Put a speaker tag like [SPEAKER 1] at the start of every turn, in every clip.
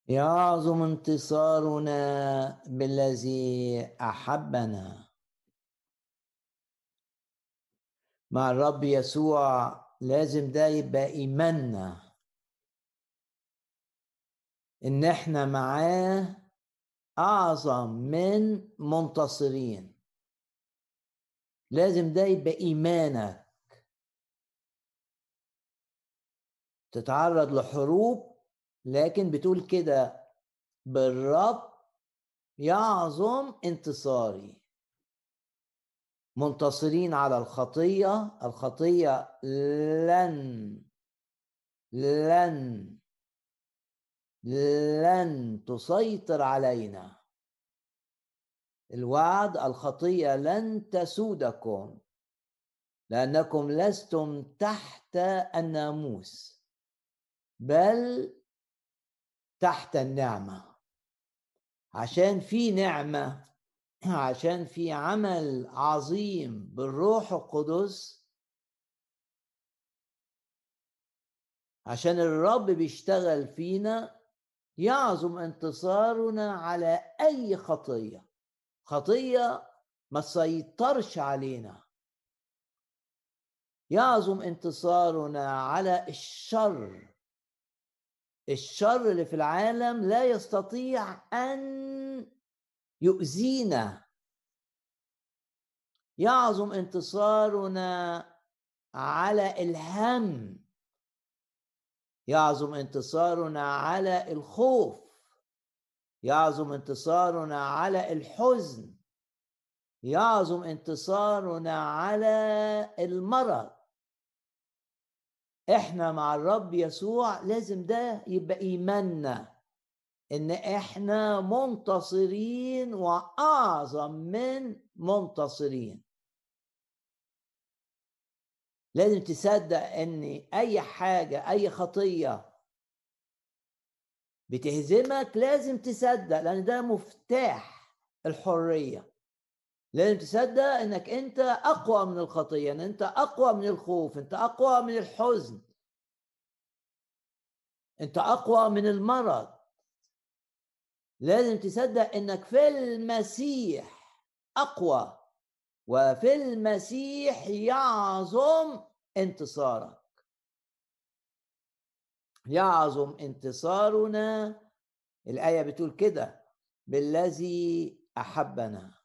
[SPEAKER 1] يعظم انتصارنا بالذي أحبنا. مع الرب يسوع لازم ده يبقى إيماننا، إن إحنا معاه أعظم من منتصرين. لازم ده يبقى إيمانك. تتعرض لحروب لكن بتقول كده: بالرب يعظم انتصاري. منتصرين على الخطية. الخطية لن لن تسيطر علينا. الوعد: الخطية لن تسودكم لأنكم لستم تحت الناموس بل تحت النعمة. عشان في نعمة، عشان في عمل عظيم بالروح القدس، عشان الرب بيشتغل فينا، يعظم انتصارنا على أي خطية. خطية ما تسيطرش علينا. يعظم انتصارنا على الشر. الشر اللي في العالم لا يستطيع أن يؤذينا. يعظم انتصارنا على الهم. يعظم انتصارنا على الخوف. يعظم انتصارنا على الحزن. يعظم انتصارنا على المرض. احنا مع الرب يسوع لازم ده يبقى ايماننا، ان احنا منتصرين واعظم من منتصرين. لازم تصدق ان اي حاجة، اي خطية بتهزمك، لازم تصدق، لان ده مفتاح الحرية. لازم تصدق انك انت اقوى من الخطية، ان انت اقوى من الخوف، انت اقوى من الحزن، انت اقوى من المرض. لازم تصدق انك في المسيح اقوى، وفي المسيح يعظم انتصارك. يعظم انتصارنا. الآية بتقول كده: بالذي أحبنا.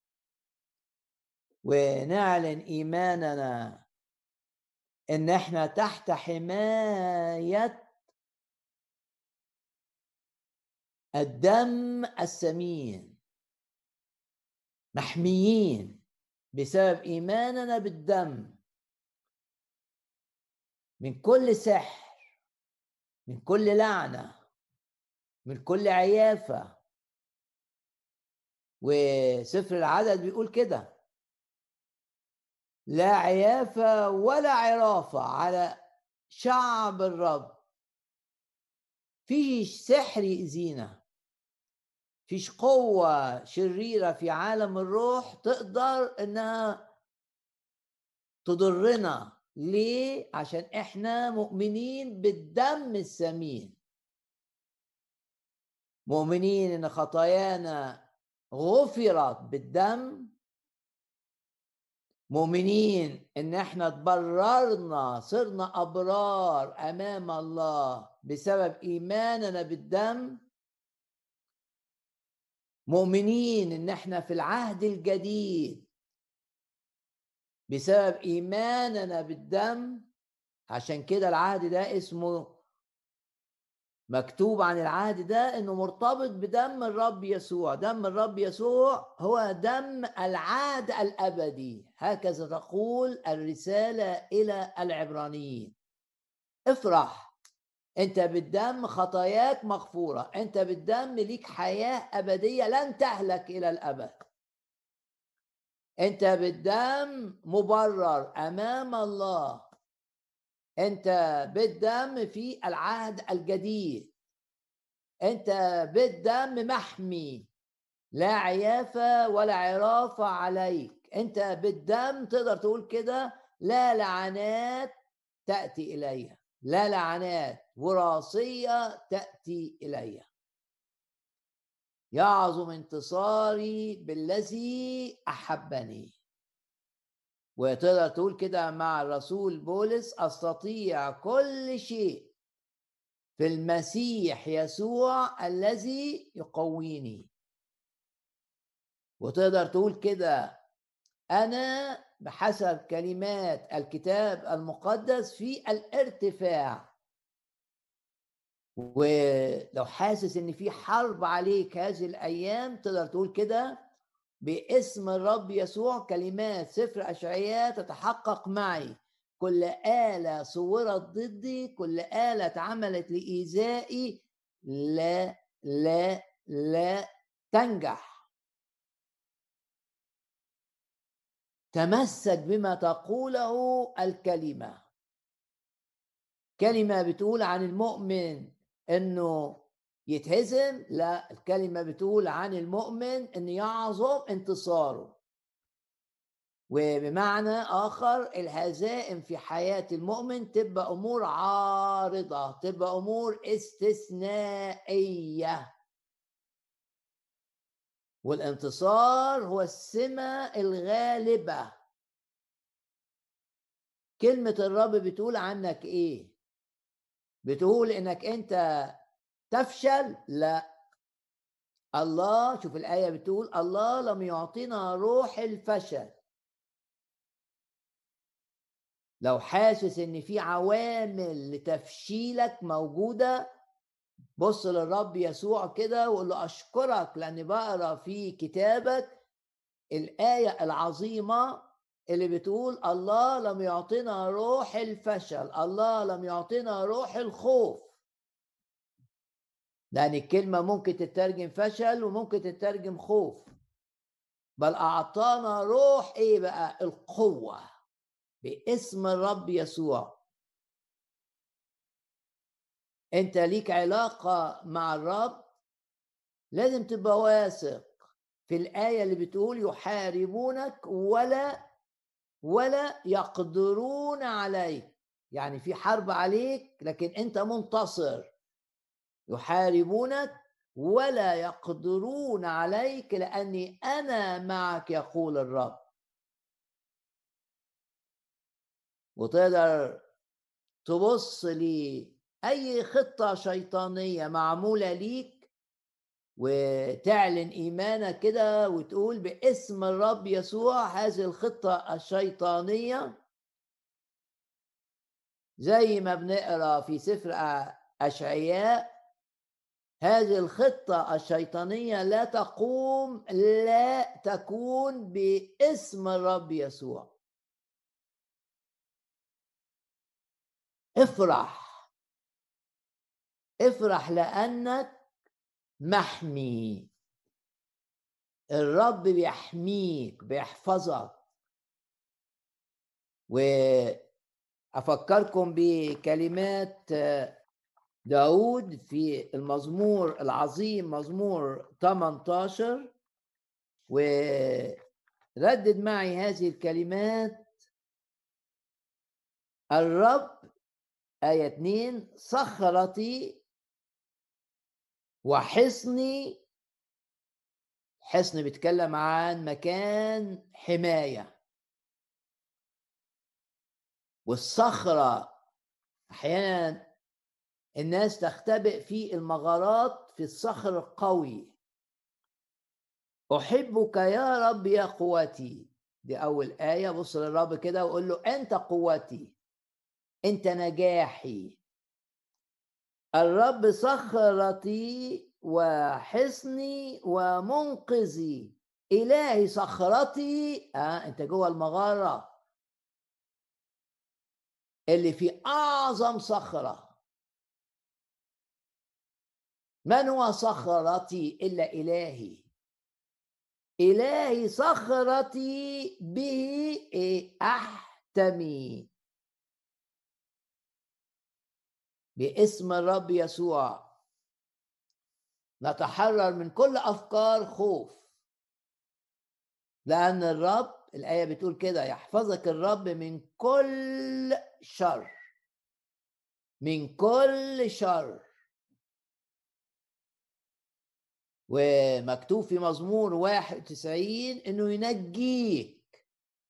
[SPEAKER 1] ونعلن إيماننا إن إحنا تحت حماية الدم الثمين، محميين بسبب إيماننا بالدم، من كل سحر، من كل لعنة، من كل عيافة. وسفر العدد بيقول كده: لا عيافة ولا عرافة على شعب الرب. فيش سحر يأذينا، فيش قوة شريرة في عالم الروح تقدر انها تضرنا. ليه؟ عشان احنا مؤمنين بالدم الثمين، مؤمنين ان خطايانا غفرت بالدم، مؤمنين ان احنا تبررنا، صرنا ابرار امام الله بسبب ايماننا بالدم، مؤمنين ان احنا في العهد الجديد بسبب ايماننا بالدم. عشان كده العهد ده اسمه، مكتوب عن العهد ده انه مرتبط بدم الرب يسوع. دم الرب يسوع هو دم العهد الابدي، هكذا تقول الرسالة الى العبرانيين. افرح، انت بالدم خطاياك مغفورة، انت بالدم ليك حياة ابدية لن تهلك الى الابد. انت بالدم مبرر امام الله، انت بالدم في العهد الجديد، انت بالدم محمي، لا عيافة ولا عرافة عليك. انت بالدم تقدر تقول كده: لا لعنات تأتي إلي، لا لعنات وراثية تأتي إلي. يعظم انتصاري بالذي أحبني. وتقدر تقول كده مع الرسول بولس: أستطيع كل شيء في المسيح يسوع الذي يقويني. وتقدر تقول كده: أنا بحسب كلمات الكتاب المقدس في الارتفاع. ولو حاسس ان في حرب عليك هذه الايام، تقدر تقول كده: باسم الرب يسوع كلمات سفر اشعياء تتحقق معي. كل آلة صورت ضدي، كل آلة اتعملت لإيذائي، لا لا لا تنجح. تمسك بما تقوله الكلمة. كلمة بتقول عن المؤمن انه يتهزم، لا، الكلمة بتقول عن المؤمن ان يعظم انتصاره. وبمعنى آخر، الهزائم في حياة المؤمن تبقى أمور عارضة، تبقى أمور استثنائية. والانتصار هو السمة الغالبة. كلمة الرب بتقول عنك إيه؟ بتقول إنك أنت تفشل؟ لا. الله، شوف الآية بتقول: الله لم يعطينا روح الفشل. لو حاسس ان في عوامل لتفشيلك موجودة، بص للرب يسوع كده وقول له: أشكرك لأني بقرأ في كتابك الآية العظيمة اللي بتقول: الله لم يعطينا روح الفشل، الله لم يعطينا روح الخوف. لأن الكلمة ممكن تترجم فشل وممكن تترجم خوف، بل أعطانا روح إيه بقى؟ القوة، باسم الرب يسوع. أنت ليك علاقة مع الرب، لازم تبقى واثق في الآية اللي بتقول: يحاربونك ولا يقدرون عليك. يعني في حرب عليك لكن أنت منتصر. يحاربونك ولا يقدرون عليك لأني أنا معك، يقول الرب. وتقدر تبص لأي خطة شيطانية معمولة ليك وتعلن إيمانك كده وتقول: باسم الرب يسوع هذه الخطة الشيطانية، زي ما بنقرأ في سفر أشعياء: هذه الخطة الشيطانية لا تقوم، لا تكون، باسم الرب يسوع. افرح، افرح لأنك محمي. الرب بيحميك، بيحفظك. وأفكركم بكلمات داود في المزمور العظيم، مزمور 18، وردد معي هذه الكلمات: الرب، آية 2: صخرتي وحصني. حصن بيتكلم عن مكان حماية. والصخرة أحيانا الناس تختبئ في المغارات في الصخر القوي. أحبك يا رب يا قوتي. دي أول آية. بص للرب كده وقول له: أنت قوتي، أنت نجاحي. الرب صخرتي وحصني ومنقذي، إلهي صخرتي. أنت جوه المغارة اللي في أعظم صخرة. من هو صخرتي إلا إلهي؟ إلهي صخرتي، به أحتمي. باسم الرب يسوع نتحرر من كل أفكار خوف، لأن الرب، الآية بتقول كده: يحفظك الرب من كل شر، من كل شر. ومكتوب في مزمور 91 انه ينجيك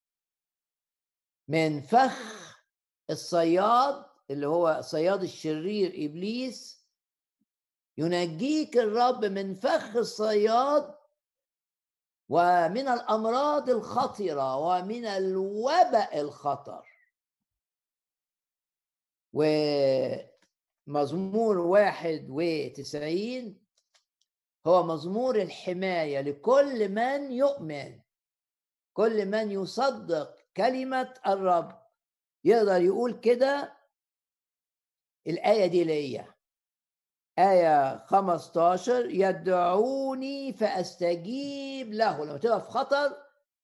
[SPEAKER 1] من فخ الصياد اللي هو صياد الشرير ابليس. ينجيك الرب من فخ الصياد ومن الامراض الخطره ومن الوباء الخطر. ومزمور 91 هو مزمور الحماية لكل من يؤمن، كل من يصدق كلمة الرب يقدر يقول كده. الآية دي ليا، آية 15: يدعوني فأستجيب له. لما تبقى في خطر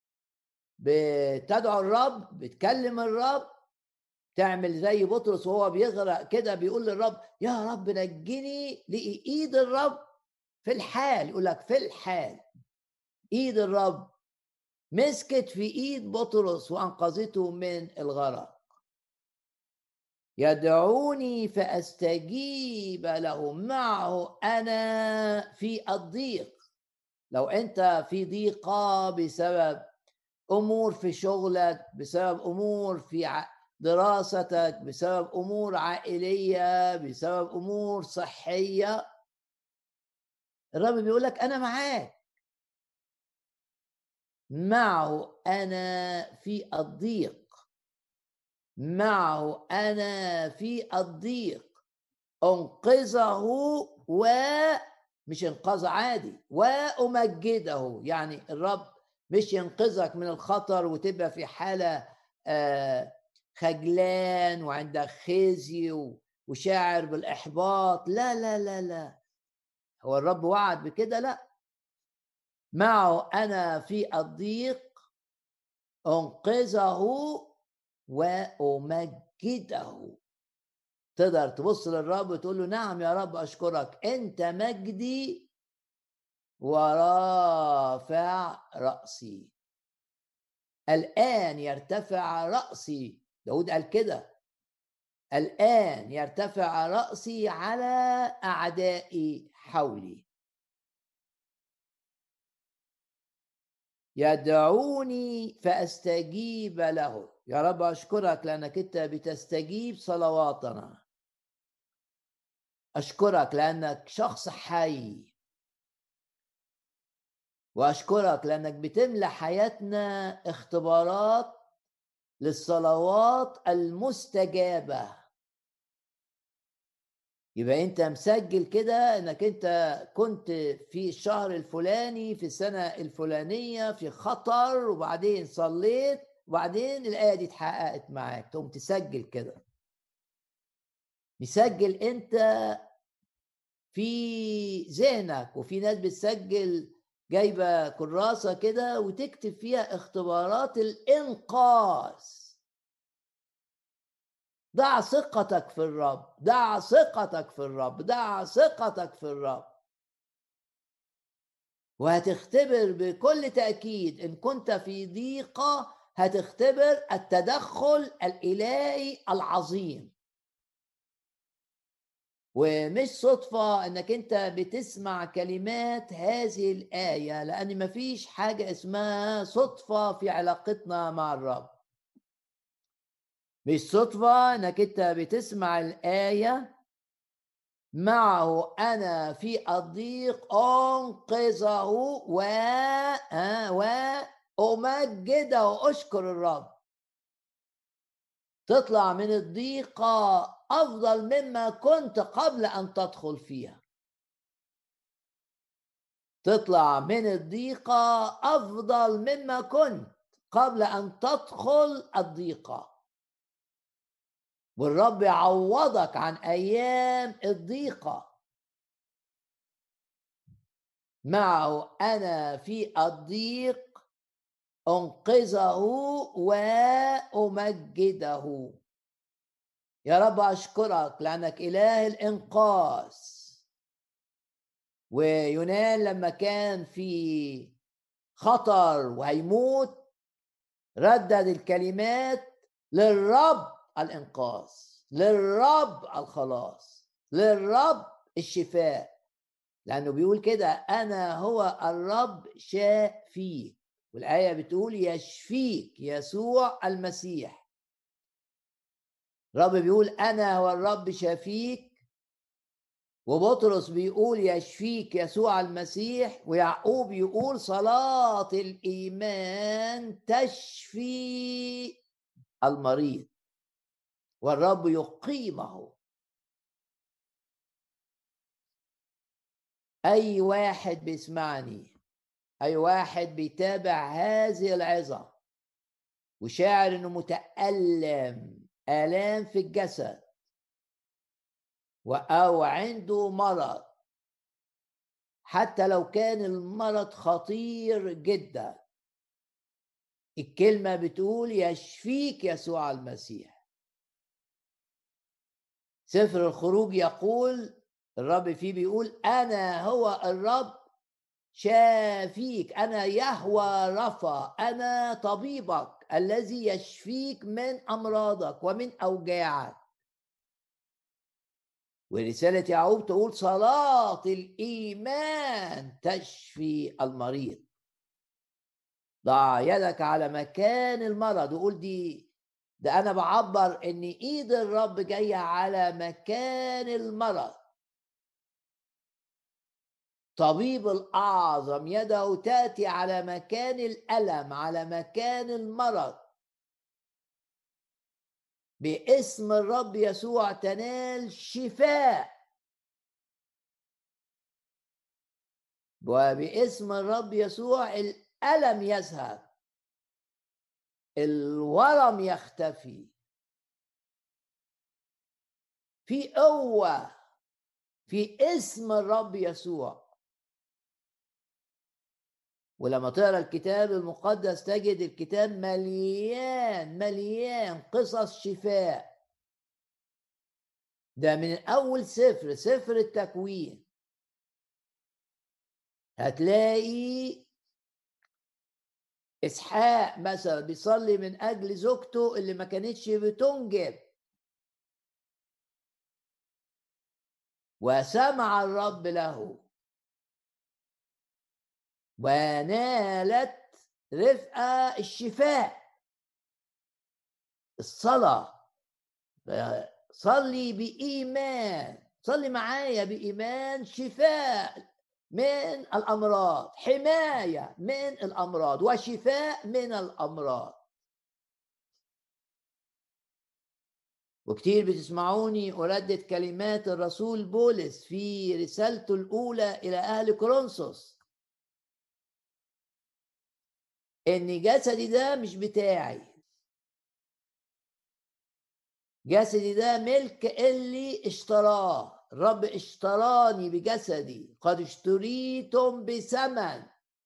[SPEAKER 1] بتدعو الرب، بتكلم الرب، تعمل زي بطرس وهو بيغرق كده بيقول للرب يا رب نجني. لقي ايد الرب في الحال، يقول لك في الحال ايد الرب مسكت في ايد بطرس وانقذته من الغرق. يدعوني فاستجيب له، معه انا في الضيق. لو انت في ضيقه بسبب امور في شغلك، بسبب امور في دراستك، بسبب امور عائليه، بسبب امور صحيه، الرب بيقول لك انا معاك، معه انا في الضيق، معه انا في الضيق انقذه، ومش انقاذ عادي، وامجده. يعني الرب مش ينقذك من الخطر وتبقى في حاله خجلان وعندك خزي وشاعر بالاحباط. لا لا لا لا، هو الرب وعد بكده؟ لا، معه انا في الضيق انقذه وامجده. تقدر تبص للرب وتقول له نعم يا رب اشكرك، انت مجدي ورافع راسي. الان يرتفع راسي، داود قال كده، الان يرتفع راسي على اعدائي حولي. يدعوني فاستجيب له. يا رب اشكرك لانك انت بتستجيب صلواتنا، اشكرك لانك شخص حي، واشكرك لانك بتملى حياتنا اختبارات للصلوات المستجابه. يبقى انت مسجل كده انك انت كنت في الشهر الفلاني في السنه الفلانيه في خطر، وبعدين صليت، وبعدين الايه دي اتحققت معاك. تقوم تسجل كده، مسجل انت في ذهنك. وفي ناس بتسجل جايبه كراسه كده وتكتب فيها اختبارات الانقاذ. ضع ثقتك في الرب، ضع ثقتك في الرب، ضع ثقتك في الرب، وهتختبر بكل تأكيد إن كنت في ضيقة هتختبر التدخل الإلهي العظيم. ومش صدفة انك انت بتسمع كلمات هذه الآية، لأن مفيش حاجة اسمها صدفة في علاقتنا مع الرب. مش صدفة انك انت بتسمع الآية معه أنا في الضيق أنقذه وأمجده. أشكر الرب، تطلع من الضيقة أفضل مما كنت قبل أن تدخل فيها. تطلع من الضيقة أفضل مما كنت قبل أن تدخل الضيقة، والرب يعوضك عن أيام الضيقة. معه أنا في الضيق أنقذه وأمجده. يا رب أشكرك لأنك إله الإنقاذ. ويونان لما كان في خطر وهيموت ردد الكلمات للرب الإنقاذ، للرب الخلاص، للرب الشفاء. لأنه بيقول كده أنا هو الرب شافيك، والآية بتقول يشفيك يسوع المسيح. الرب بيقول أنا هو الرب شافيك، وبطرس بيقول يشفيك يسوع المسيح، ويعقوب يقول صلاة الإيمان تشفي المريض والرب يقيمه. أي واحد بيسمعني، أي واحد بيتابع هذه العظة وشاعر إنه متألم آلام في الجسد أو عنده مرض، حتى لو كان المرض خطير جدا، الكلمة بتقول يشفيك يسوع المسيح. سفر الخروج يقول الرب فيه بيقول أنا هو الرب شافيك، أنا يهوى رفا، أنا طبيبك الذي يشفيك من أمراضك ومن أوجاعك. ورسالة يعقوب تقول صلاة الإيمان تشفي المريض. ضع يدك على مكان المرض وقول ده أنا بعبر إن إيد الرب جاية على مكان المرض. طبيب الأعظم يده تأتي على مكان الألم، على مكان المرض. باسم الرب يسوع تنال شفاء، وباسم الرب يسوع الألم يذهب، الورم يختفي. في قوة في اسم الرب يسوع. ولما تقرا الكتاب المقدس تجد الكتاب مليان مليان قصص شفاء. ده من اول سفر التكوين هتلاقي اسحاق مثلا بيصلي من اجل زوجته اللي ما كانتش بتنجب، وسمع الرب له ونالت رفقة الشفاء. الصلاة، صلي بإيمان، صلي معايا بإيمان، شفاء من الأمراض، حماية من الأمراض، وشفاء من الأمراض. وكتير بتسمعوني أردد كلمات الرسول بولس في رسالته الأولى إلى أهل كورنثوس، إن جسدي ده مش بتاعي، جسدي ده ملك اللي اشتراه. الرب اشتراني بجسدي، قد اشتريتم بثمن.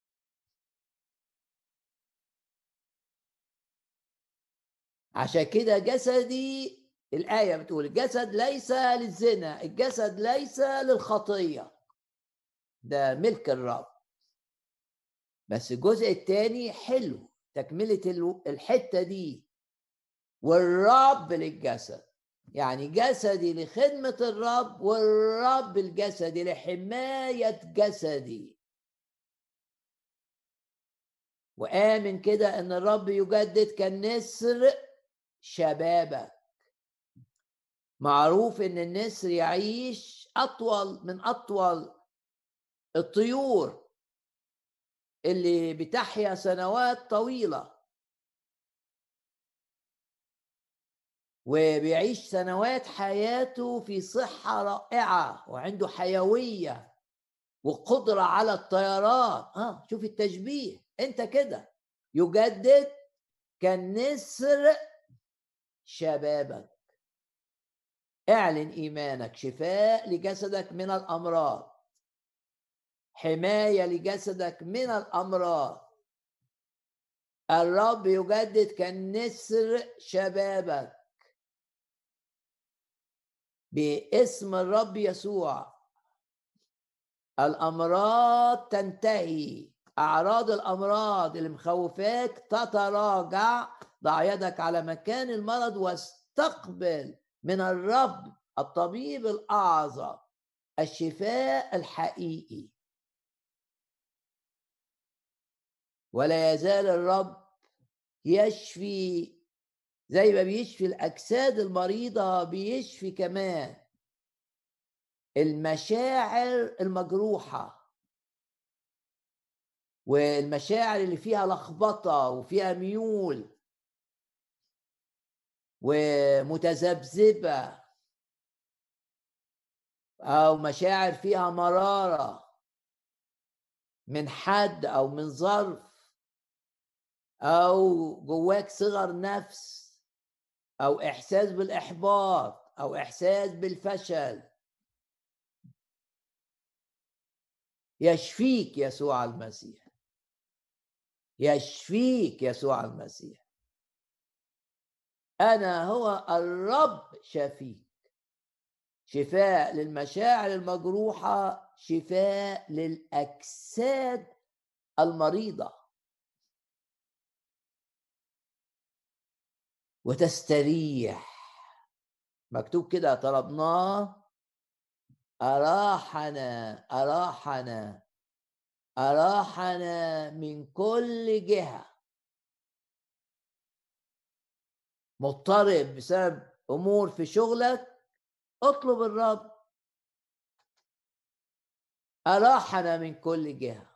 [SPEAKER 1] عشان كده جسدي، الآية بتقول الجسد ليس للزنا، الجسد ليس للخطية، ده ملك الرب. بس الجزء الثاني حلو، تكملة الحتة دي، والرب للجسد، يعني جسدي لخدمة الرب، والرب الجسدي لحماية جسدي. وآمن كده أن الرب يجدد كالنسر شبابك. معروف أن النسر يعيش أطول من أطول الطيور اللي بتحيا سنوات طويلة، وبيعيش سنوات حياته في صحة رائعة، وعنده حيوية وقدرة على الطيران. شوف التشبيه، انت كده يجدد كالنسر شبابك. اعلن ايمانك، شفاء لجسدك من الامراض، حماية لجسدك من الامراض. الرب يجدد كالنسر شبابك باسم الرب يسوع. الامراض تنتهي، اعراض الامراض اللي مخوفاك تتراجع. ضع يدك على مكان المرض واستقبل من الرب الطبيب الاعظم الشفاء الحقيقي. ولا يزال الرب يشفي، زي ما بيشفي الأجساد المريضة بيشفي كمان المشاعر المجروحة، والمشاعر اللي فيها لخبطة وفيها ميول ومتذبذبة، أو مشاعر فيها مرارة من حد أو من ظرف، أو جواك صغر نفس، أو إحساس بالإحباط، أو إحساس بالفشل. يشفيك يسوع المسيح، يشفيك يسوع المسيح. أنا هو الرب شفيك. شفاء للمشاعر المجروحة، شفاء للأجساد المريضة، وتستريح. مكتوب كده: طلبناه أراحنا، أراحنا، أراحنا من كل جهة. مضطرب بسبب أمور في شغلك، اطلب الرب. أراحنا من كل جهة.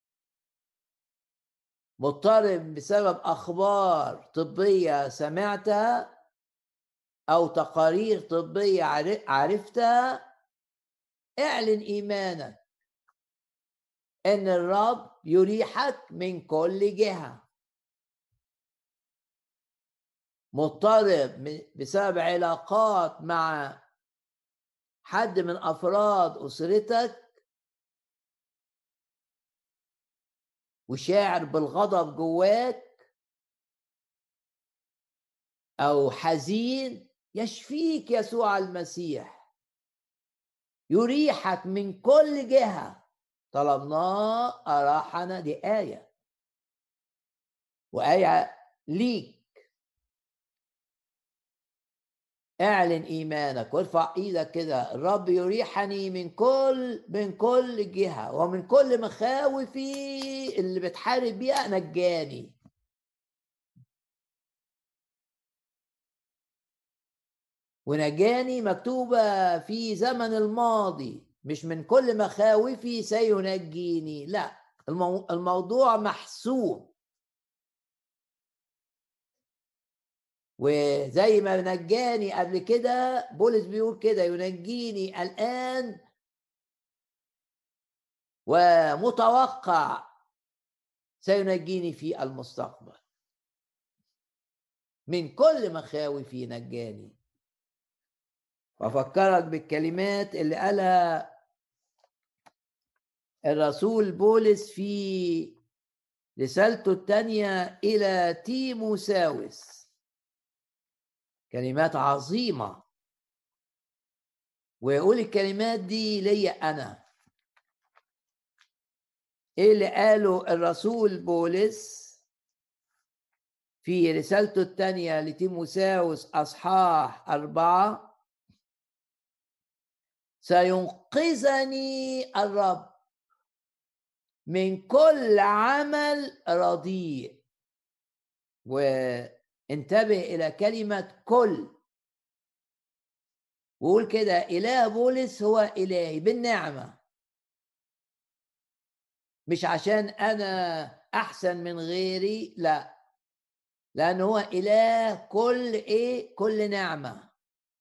[SPEAKER 1] مضطرب بسبب أخبار طبية سمعتها أو تقارير طبية عرفتها، اعلن إيمانك إن الرب يريحك من كل جهة. مضطرب بسبب علاقات مع حد من أفراد أسرتك وشاعر بالغضب جواك، أو حزين، يشفيك يسوع المسيح، يريحك من كل جهة. طلبناه أراحنا. دي آية، وآية ليك. اعلن إيمانك وارفع إيدك كده: الرب يريحني من كل جهة، ومن كل مخاوفي اللي بتحارب بيها نجاني. ونجاني مكتوبة في زمن الماضي، مش من كل مخاوفي سينجيني، لا، الموضوع محسوب. وزي ما نجاني قبل كده، بولس بيقول كده: ينجيني الآن ومتوقع سينجيني في المستقبل. من كل مخاوفي نجاني. وأفكرك بالكلمات اللي قالها الرسول بولس في رسالته الثانية إلى تيموساوس، كلمات عظيمة. ويقول الكلمات دي ليا أنا. إيه اللي قاله الرسول بولس في رسالته الثانية لتيموساوس أصحاح 4؟ سينقذني الرب من كل عمل رديء. وانتبه إلى كلمة كل. وقول كده: إله بولس هو إلهي بالنعمة، مش عشان أنا أحسن من غيري، لا، لأنه هو إله كل نعمة.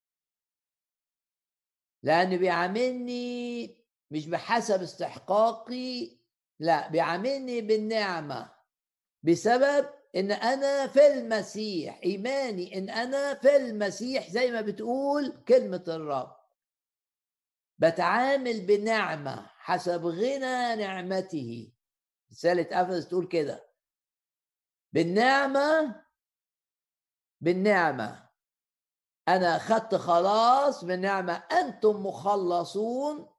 [SPEAKER 1] لأنه بيعاملني مش بحسب استحقاقي، لا، بيعاملني بالنعمة بسبب إن أنا في المسيح. إيماني إن أنا في المسيح، زي ما بتقول كلمة الرب، بتعامل بنعمة حسب غنى نعمته. رسالة أفسس تقول كده: بالنعمة، بالنعمة أنا أخذت خلاص، بالنعمة أنتم مخلصون.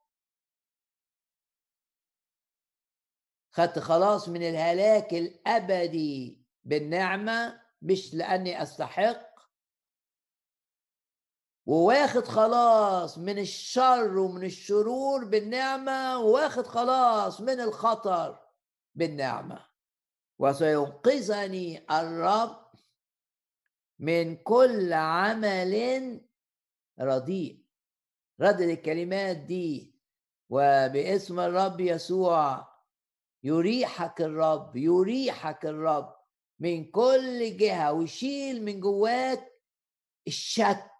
[SPEAKER 1] خدت خلاص من الهلاك الأبدي بالنعمة، مش لأني أستحق، وواخد خلاص من الشر ومن الشرور بالنعمة، وواخد خلاص من الخطر بالنعمة. وسينقذني الرب من كل عمل رديء. ردد الكلمات دي: وباسم الرب يسوع يريحك الرب، يريحك الرب من كل جهة، ويشيل من جواك الشك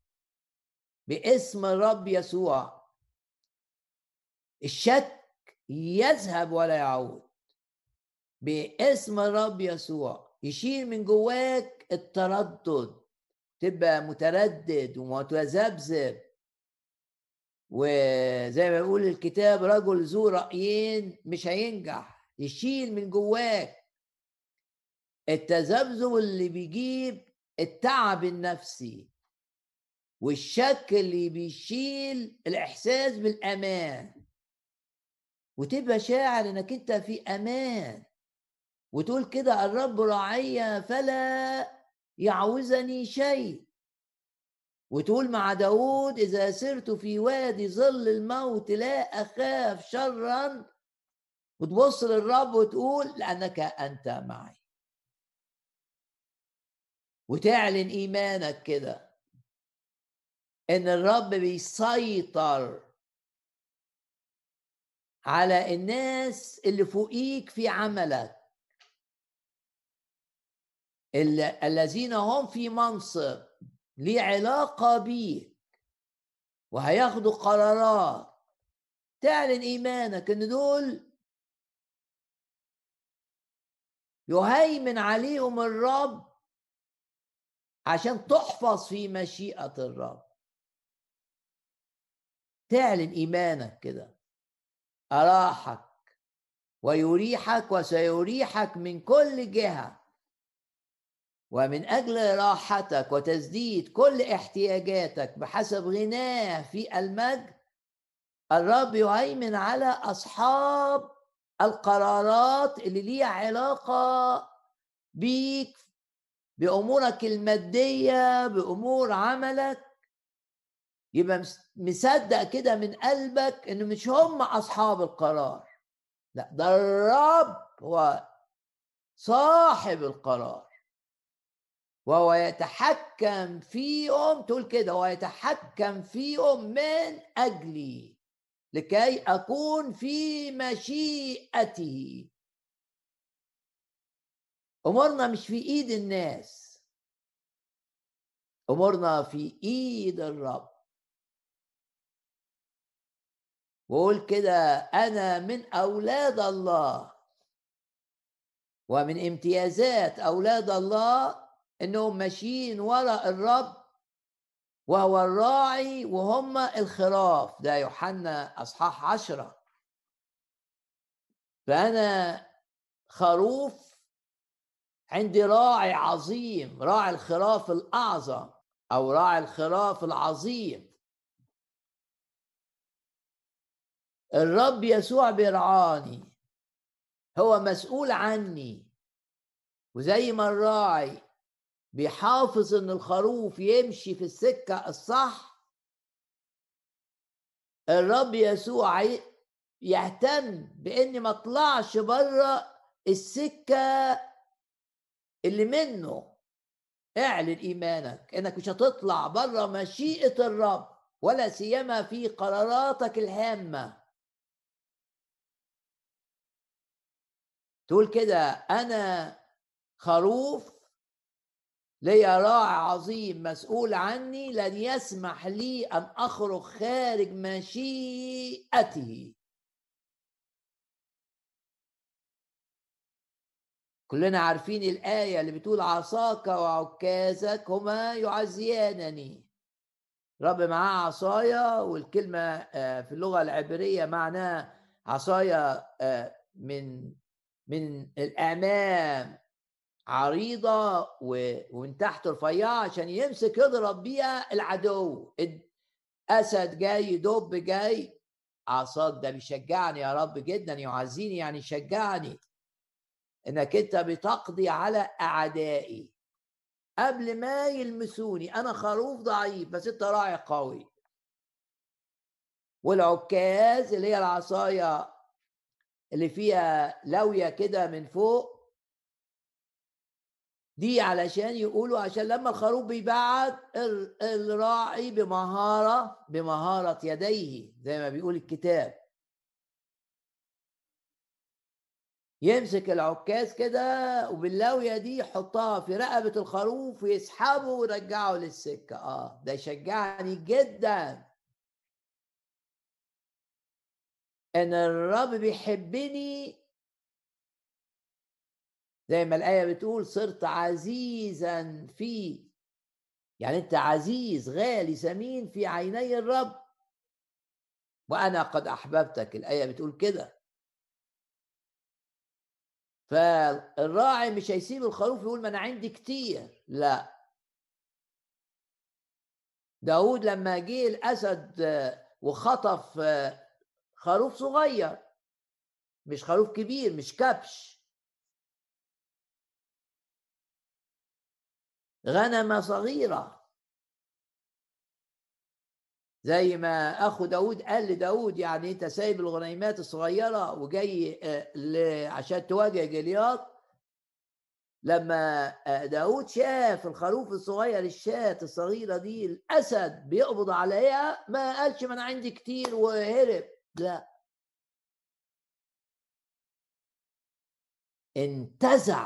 [SPEAKER 1] باسم الرب يسوع. الشك يذهب ولا يعود باسم الرب يسوع. يشيل من جواك التردد، تبقى متردد ومتذبذب، وزي ما بيقول الكتاب رجل ذو رأيين مش هينجح. يشيل من جواك التذبذب اللي بيجيب التعب النفسي، والشك اللي بيشيل الإحساس بالأمان، وتبقى شاعر انك انت في امان، وتقول كده: الرب راعي فلا يعوزني شيء. وتقول مع داود: اذا سرت في وادي ظل الموت لا اخاف شرا. وتبص للرب وتقول: لانك انت معي. وتعلن ايمانك كده ان الرب بيسيطر على الناس اللي فوقيك في عملك، الذين هم في منصب ليه علاقة بيك وهياخدوا قرارات. تعلن إيمانك إن دول يهيمن عليهم الرب عشان تحفظ في مشيئة الرب. تعلن إيمانك كده: أراحك ويريحك وسيريحك من كل جهة، ومن أجل راحتك وتسديد كل احتياجاتك بحسب غناه في المجد، الرب يهيمن على أصحاب القرارات اللي ليها علاقة بيك، بأمورك المادية، بأمور عملك. يبقى مصدق كده من قلبك إنه مش هم أصحاب القرار، لا، ده الرب هو صاحب القرار، وهو يتحكم فيهم. تقول كده: هو يتحكم فيهم من أجلي لكي أكون في مشيئته. أمورنا مش في إيد الناس، أمورنا في إيد الرب. وقول كده: أنا من أولاد الله، ومن امتيازات أولاد الله إنهم ماشيين وراء الرب وهو الراعي وهم الخراف. ده يوحنا أصحاح 10. فأنا خروف عندي راعي عظيم، راعي الخراف الأعظم أو راعي الخراف العظيم. الرب يسوع بيرعاني، هو مسؤول عني. وزي ما الراعي بيحافظ ان الخروف يمشي في السكة الصح، الرب يسوع يهتم باني ما اطلعش بره السكة اللي منه. اعلن ايمانك انك مش هتطلع بره مشيئة الرب، ولا سيما في قراراتك الهامة. تقول كده: انا خروف لي راعي عظيم مسؤول عني، لن يسمح لي أن أخرج خارج مشيئته. كلنا عارفين الآية اللي بتقول: عصاك وعكازك هما يعزيانني. رب معاه عصايا، والكلمة في اللغة العبرية معناها عصايا من الأمام عريضة ومن تحت رفيعة عشان يمسك يضرب بيها العدو. أسد جاي، دب جاي، عصاك ده بيشجعني يا رب جدا، يعزيني يعني يشجعني انك انت بتقضي على اعدائي. قبل ما يلمسوني. انا خروف ضعيف بس انت راعي قوي. والعكاز اللي هي العصايه اللي فيها لويه كده من فوق دي، علشان يقولوا عشان لما الخروف بيبعد الراعي بمهارة يديه زي ما بيقول الكتاب يمسك العكاز كده وباللاوية دي يحطها في رقبة الخروف ويسحبه ويرجعه للسكة. ده يشجعني جدا ان الرب بيحبني، زي ما الآية بتقول صرت عزيزا فيه. يعني انت عزيز غالي ثمين في عيني الرب، وانا قد احببتك. الآية بتقول كده. فالراعي مش هيسيب الخروف يقول ما انا عندي كتير، لا. داود لما جه الاسد وخطف خروف صغير، مش خروف كبير، مش كبش، غنمة صغيرة، زي ما اخو داود قال لداود يعني انت سايب الغنيمات الصغيرة وجاي عشان تواجه جلياط. لما داود شاف الخروف الصغير، الشاة الصغيرة دي، الأسد بيقبض عليها، ما قالش ما أنا عندي كتير وهرب، لا، انتزع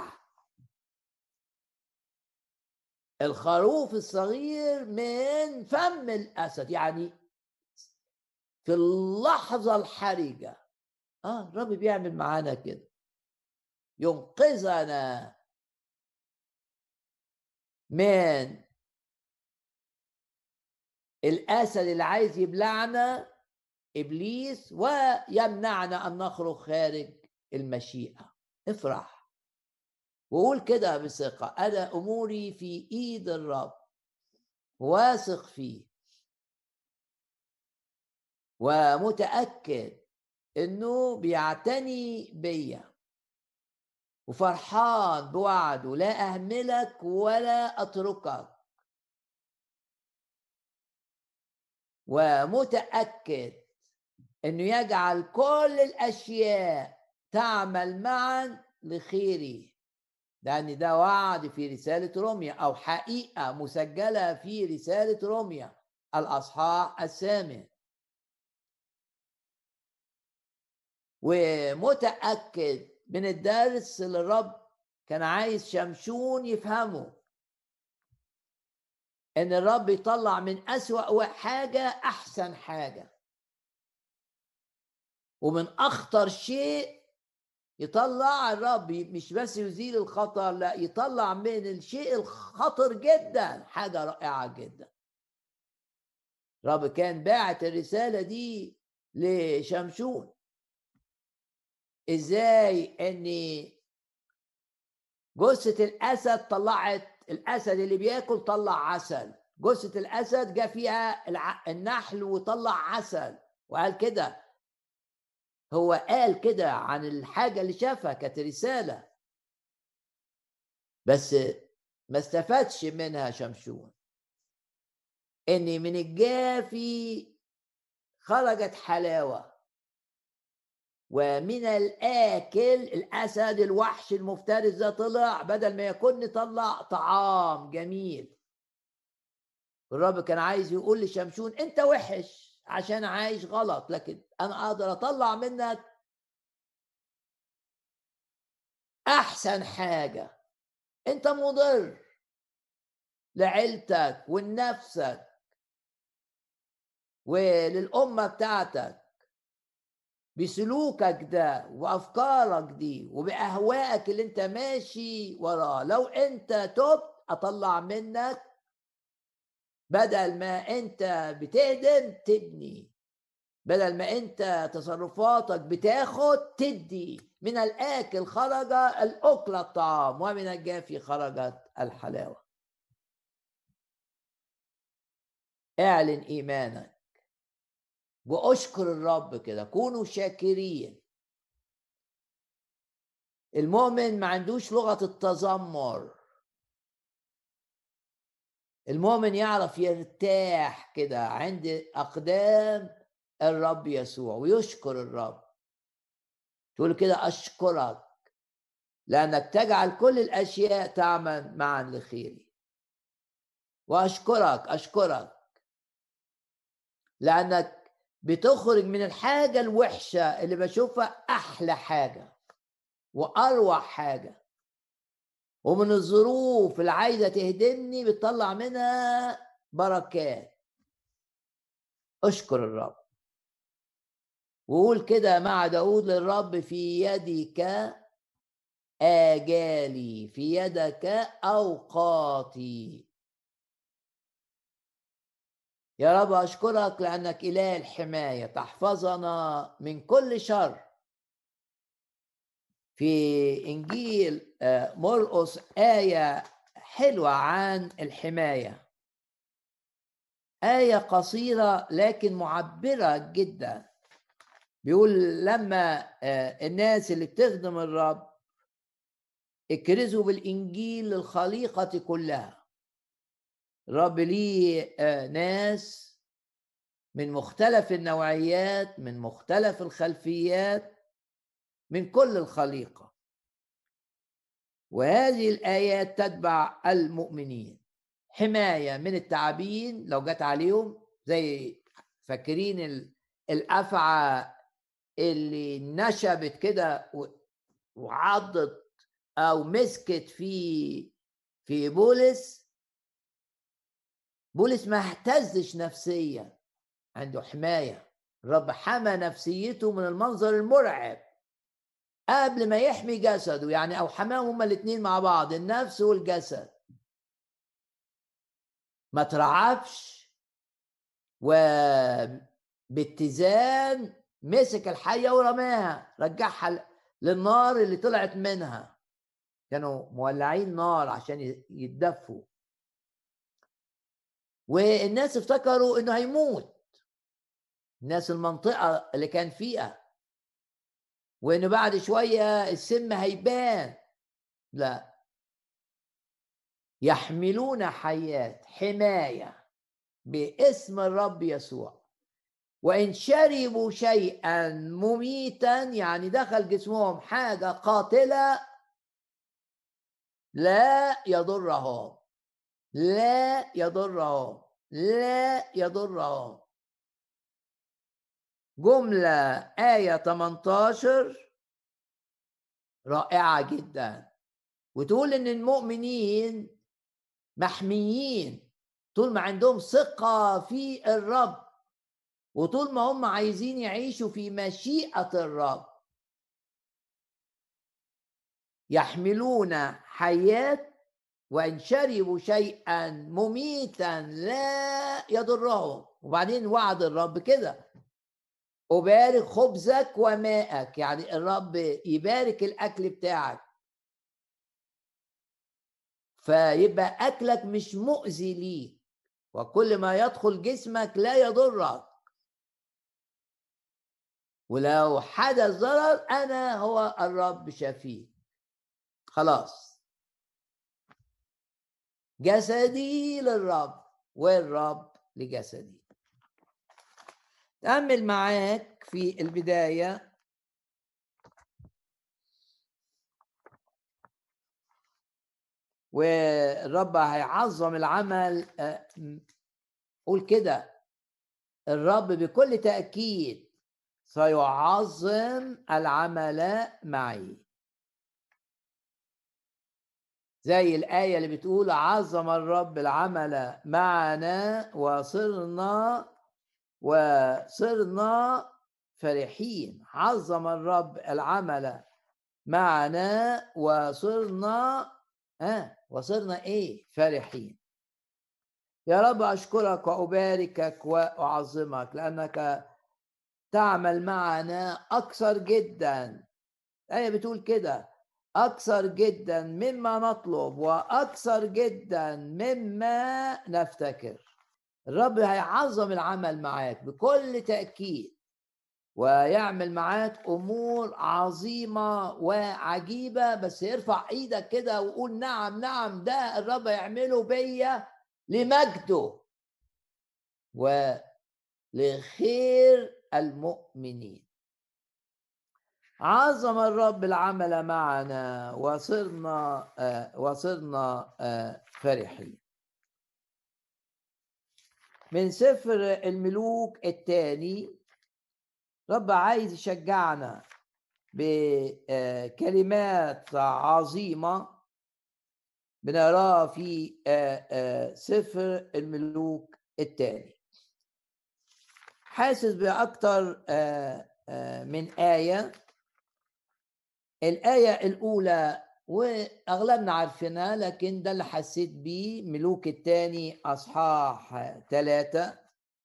[SPEAKER 1] الخروف الصغير من فم الأسد. يعني في اللحظة الحرجة الرب بيعمل معانا كده، ينقذنا من الأسد اللي عايز يبلعنا، إبليس، ويمنعنا أن نخرج خارج المشيئة. افرح وقول كده بثقة، أنا أموري في إيد الرب، واثق فيه ومتأكد إنه بيعتني بيا، وفرحان بوعده لا أهملك ولا أتركك، ومتأكد إنه يجعل كل الأشياء تعمل معا لخيري. لأن ده وعد في رسالة روميا، أو حقيقة مسجلة في رسالة روميا الأصحاح 8. ومتأكد من الدرس اللي الرب كان عايز شمشون يفهمه، إن الرب يطلع من أسوأ حاجة أحسن حاجة، ومن أخطر شيء يطلع الرب مش بس يزيل الخطر، لا، يطلع من الشيء الخطر جدا حاجة رائعة جدا. الرب كان باعت الرسالة دي لشمشون، ازاي ان جثة الاسد طلعت، الاسد اللي بياكل طلع عسل، جثة الاسد جاء فيها النحل وطلع عسل. وقال كده، هو قال كده عن الحاجة اللي شافها، كانت رسالة بس ما استفادش منها شمشون. ان من الجافي خرجت حلاوة، ومن الآكل الأسد الوحش المفترس ده طلع بدل ما يكون طلع طعام جميل. الرب كان عايز يقول لشمشون انت وحش عشان عايش غلط، لكن انا اقدر اطلع منك احسن حاجة. انت مضر لعيلتك ولنفسك وللأمة بتاعتك بسلوكك ده وأفكارك دي وبأهوائك اللي انت ماشي وراه. لو انت تبت اطلع منك، بدل ما انت بتهدم تبني، بدل ما انت تصرفاتك بتاخد تدي. من الآكل خرج الأكل الطعام، ومن الجافي خرجت الحلاوة. اعلن إيمانك واشكر الرب كده، كونوا شاكرين. المؤمن ما عندوش لغة التذمر، المؤمن يعرف يرتاح كده عند أقدام الرب يسوع ويشكر الرب. تقول كده أشكرك لأنك تجعل كل الأشياء تعمل معا لخيري. وأشكرك أشكرك لأنك بتخرج من الحاجة الوحشة اللي بشوفها أحلى حاجة وأروع حاجة، ومن الظروف اللي عايزة تهدمني بتطلع منها بركات. أشكر الرب. وقول كده مع داود للرب: في يدك آجالي، في يدك أوقاتي. يا رب أشكرك لأنك إله الحماية، تحفظنا من كل شر. في إنجيل مرقس آية حلوة عن الحماية، آية قصيرة لكن معبرة جدا. بيقول لما الناس اللي بتخدم الرب اكرزوا بالإنجيل للخليقة كلها. الرب ليه ناس من مختلف النوعيات، من مختلف الخلفيات، من كل الخليقة، وهذه الآيات تتبع المؤمنين. حماية من التعابين لو جت عليهم، زي فاكرين الأفعى اللي نشبت كده وعضت أو مسكت في بولس ما اهتزش نفسيا، عنده حماية. الرب حمى نفسيته من المنظر المرعب قبل ما يحمي جسده، يعني أو حماهم هما الاثنين مع بعض، النفس والجسد. ما ترعبش، وباتزان مسك الحية ورماها، رجعها للنار اللي طلعت منها. كانوا مولعين نار عشان يتدفوا، والناس افتكروا انه هيموت، الناس المنطقة اللي كان فيها، وانه بعد شوية السم هيبان. لا، يحملون حيات، حماية باسم الرب يسوع. وإن شربوا شيئا مميتا، يعني دخل جسمهم حاجة قاتلة، لا يضرهم، لا يضرهم، لا يضرهم. جملة آية 18 رائعة جدا، وتقول إن المؤمنين محميين طول ما عندهم ثقة في الرب، وطول ما هم عايزين يعيشوا في مشيئة الرب. يحملون حيات، وإن شربوا شيئا مميتا لا يضرهم. وبعدين وعد الرب كده: أبارك خبزك وماءك، يعني الرب يبارك الأكل بتاعك، فيبقى أكلك مش مؤذي ليك، وكل ما يدخل جسمك لا يضرك. ولو حدث ضرر أنا هو الرب شفيك. خلاص، جسدي للرب والرب لجسدي. تأمل معاك في البداية والرب هيعظم العمل. قول كده: الرب بكل تأكيد سيعظم العمل معي. زي الآية اللي بتقول: عظم الرب العمل معنا وصرنا فرحين. عظم الرب العمل معنا وصرنا فرحين. يا رب أشكرك وأباركك وأعظمك لأنك تعمل معنا أكثر جدا. الآية بتقول كده: أكثر جدا مما نطلب وأكثر جدا مما نفتكر. الرب هيعظم العمل معاك بكل تأكيد، ويعمل معاك أمور عظيمة وعجيبة. بس ارفع ايدك كده وقول: نعم نعم، ده الرب يعمله بيا لمجده ولخير المؤمنين. عظم الرب العمل معنا وصرنا فرحين. من سفر الملوك الثاني. رب عايز يشجعنا بكلمات عظيمة بنراها في سفر الملوك الثاني. حاسس بأكتر من آية. الآية الأولى وأغلبنا عارفينها، لكن ده اللي حسيت بيه، ملوك الثاني أصحاح 3.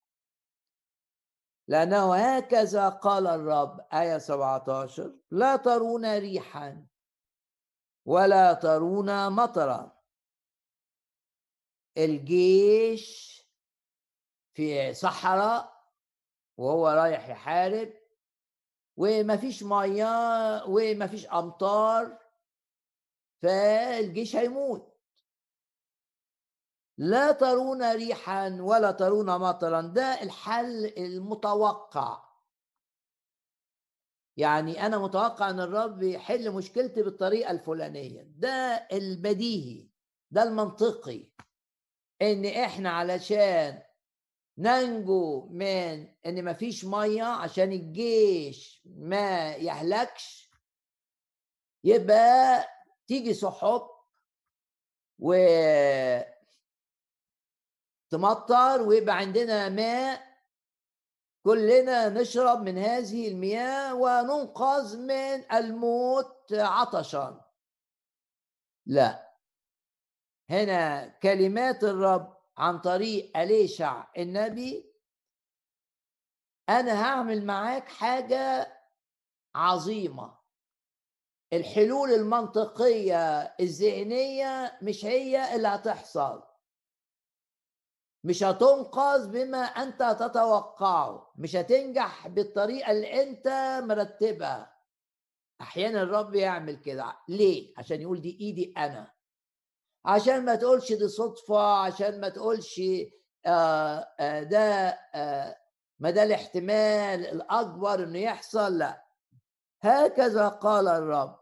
[SPEAKER 1] لأنه هكذا قال الرب، آية 17: لا ترون ريحا ولا ترون مطرا. الجيش في صحراء وهو رايح يحارب، ومفيش مياه ومفيش أمطار، فالجيش هيموت. لا ترون ريحا ولا ترون مطرا، ده الحل المتوقع. يعني أنا متوقع أن الرب يحل مشكلتي بالطريقة الفلانية، ده البديهي، ده المنطقي. إن إحنا علشان ننجو من إن مفيش مية عشان الجيش ما يهلكش، يبقى تيجي سحب وتمطر ويبقى عندنا ماء، كلنا نشرب من هذه المياه وننقذ من الموت عطشا. لا، هنا كلمات الرب عن طريق أليشع النبي: أنا هعمل معاك حاجة عظيمة. الحلول المنطقية الذهنية مش هي اللي هتحصل، مش هتنقذ بما أنت تتوقعه، مش هتنجح بالطريقة اللي أنت مرتبها. أحيانا الرب يعمل كده. ليه؟ عشان يقول دي إيدي أنا، عشان ما تقولش دي صدفة، عشان ما تقولش ده ما ده الاحتمال الأكبر إنه يحصل. لا، هكذا قال الرب: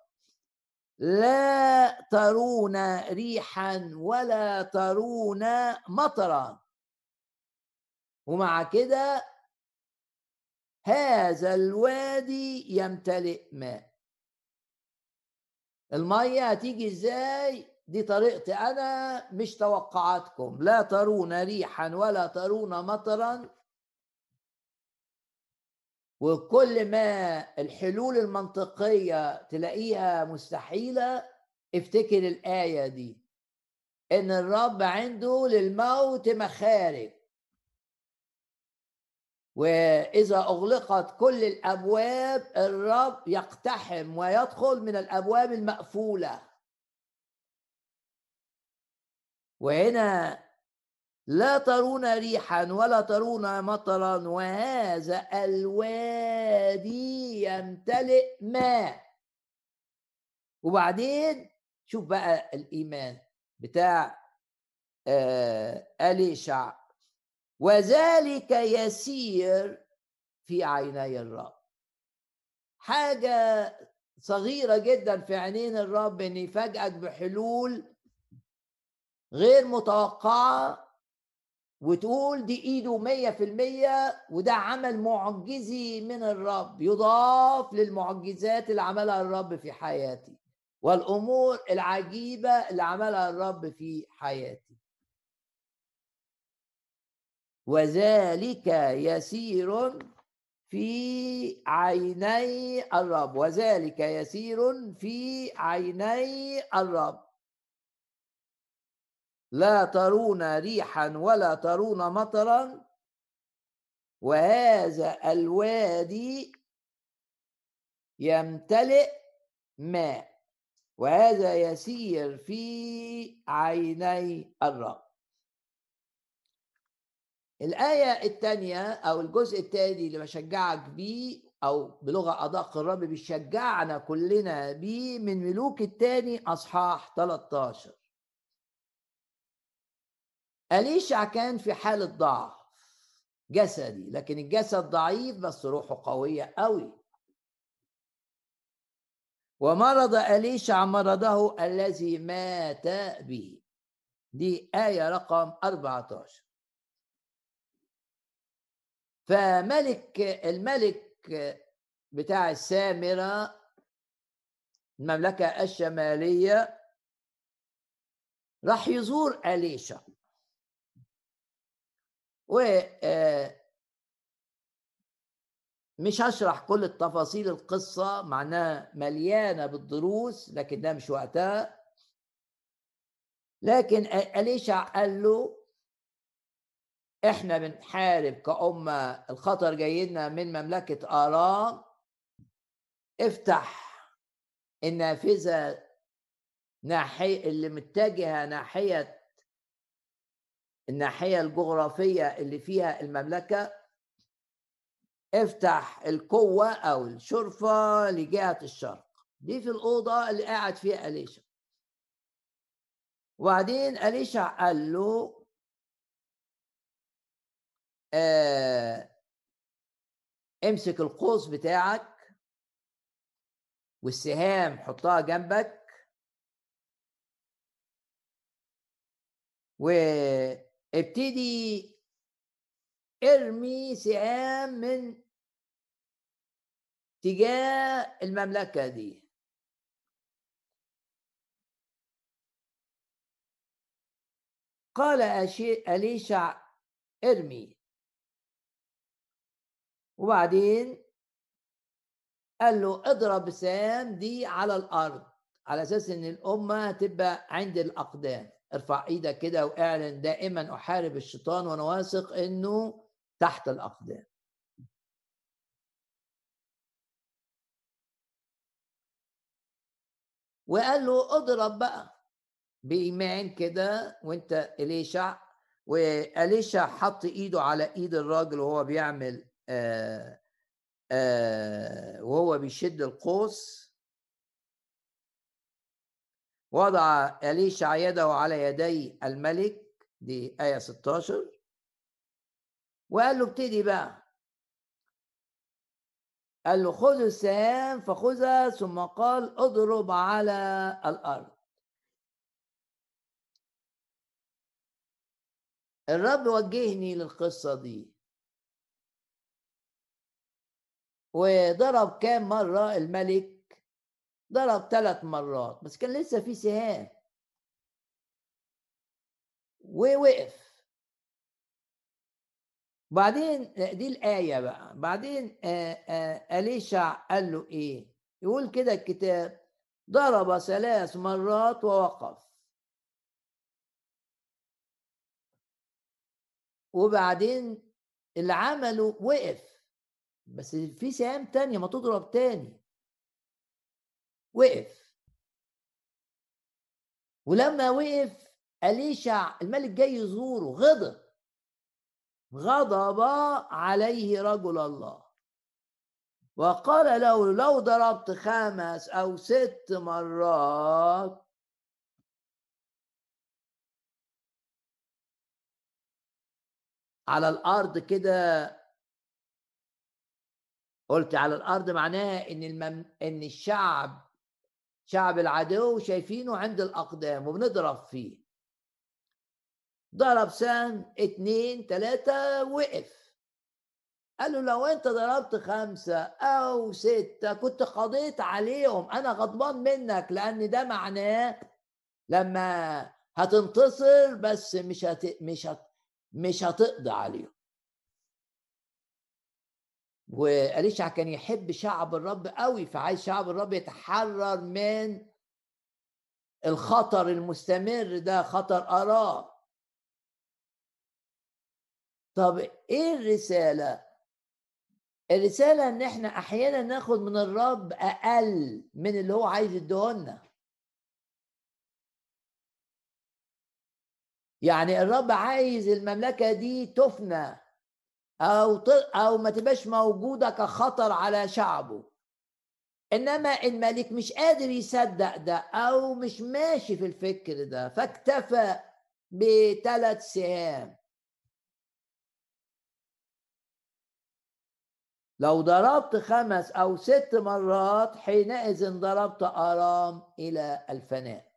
[SPEAKER 1] لا ترون ريحا ولا ترون مطرا. ومع كده هذا الوادي يمتلئ ماء. المية هتيجي ازاي؟ دي طريقتي انا، مش توقعاتكم. لا ترون ريحا ولا ترون مطرا. وكل ما الحلول المنطقية تلاقيها مستحيلة، افتكر الآية دي، ان الرب عنده للموت مخارج. وإذا أغلقت كل الأبواب، الرب يقتحم ويدخل من الأبواب المقفولة. وهنا لا ترون ريحا ولا ترون مطرا وهذا الوادي يمتلئ ماء. وبعدين شوف بقى الإيمان بتاع أليشع: وذلك يسير في عيني الرب. حاجة صغيرة جدا في عينين الرب ان يفاجئك بحلول غير متوقعة، وتقول دي ايده 100%، وده عمل معجزي من الرب يضاف للمعجزات اللي عملها الرب في حياتي والامور العجيبة اللي عملها الرب في حياتي. وذلك يسير في عيني الرب، وذلك يسير في عيني الرب. لا ترون ريحا ولا ترون مطرا وهذا الوادي يمتلئ ماء، وهذا يسير في عيني الرب. الآية الثانية أو الجزء الثاني اللي بشجعك بيه، أو بلغة أدق الرب بيشجعنا كلنا بيه، من ملوك الثاني أصحاح 13. أليشع كان في حالة ضعف جسدي، لكن الجسد ضعيف بس روحه قوية قوي. ومرض أليشع مرضه الذي مات به. دي آية رقم 14. الملك بتاع السامرة، المملكة الشمالية، راح يزور أليشع، مش هشرح كل التفاصيل القصة معناها مليانة بالدروس، لكن ده مش وقتها. لكن أليشع قال له احنا بنحارب كأمة، الخطر جاي لنا من مملكة آرام، افتح النافذة ناحية اللي متجهة ناحية الناحية الجغرافية اللي فيها المملكة، افتح القوة أو الشرفة لجهة الشرق. دي في الأوضة اللي قاعد فيها أليشع. وبعدين أليشع قال له امسك القوس بتاعك والسهام حطها جنبك، وابتدي ارمي سهام من تجاه المملكة دي. قال أليشع ارمي. وبعدين قال له اضرب السهام دي على الأرض على أساس إن الأمة تبقى عند الأقدام. ارفع إيدك كده واعلن دائما أحارب الشيطان وأنا واثق إنه تحت الأقدام. وقال له اضرب بقى بإيمان كده وانت إليشع. وإليشع حط إيده على إيد الراجل وهو بيعمل وهو بيشد القوس. وضع أليشع يده على يدي الملك، دي آية 16. وقال له ابتدي بقى، قال له خذ السهام فخذها، ثم قال اضرب على الأرض. الرب وجهني للقصة دي. وضرب كام مرة الملك؟ ضرب 3 مرات، بس كان لسه في سهام ووقف. بعدين دي الآية بقى. بعدين أليشع قال له إيه؟ يقول كده الكتاب ضرب 3 مرات ووقف. وبعدين اللي عمله وقف، بس في سهام تانية ما تضرب تاني. وقف. ولما وقف أليشع الملك جاي يزوره غضب عليه رجل الله وقال له لو ضربت 5 أو 6 مرات على الأرض كده. قلت على الأرض معناها إن شعب العدو شايفينه عند الأقدام وبنضرب فيه. ضرب سهم 2 3 وقف. قال له لو انت ضربت 5 أو 6 كنت قضيت عليهم، انا غضبان منك، لان ده معناه لما هتنتصر بس مش هتقضي عليهم. وأليشع كان يحب شعب الرب قوي، فعايز شعب الرب يتحرر من الخطر المستمر ده، خطر آرام. طب ايه الرسالة؟ الرسالة ان احنا احيانا ناخد من الرب اقل من اللي هو عايز يديهولنا. يعني الرب عايز المملكة دي تفنى او ما تبقاش موجودة كخطر على شعبه، انما الملك مش قادر يصدق ده او مش ماشي في الفكر ده، فاكتفى ب3 سهام. لو ضربت 5 أو 6 مرات حينئذ ضربت آرام إلى الفناء.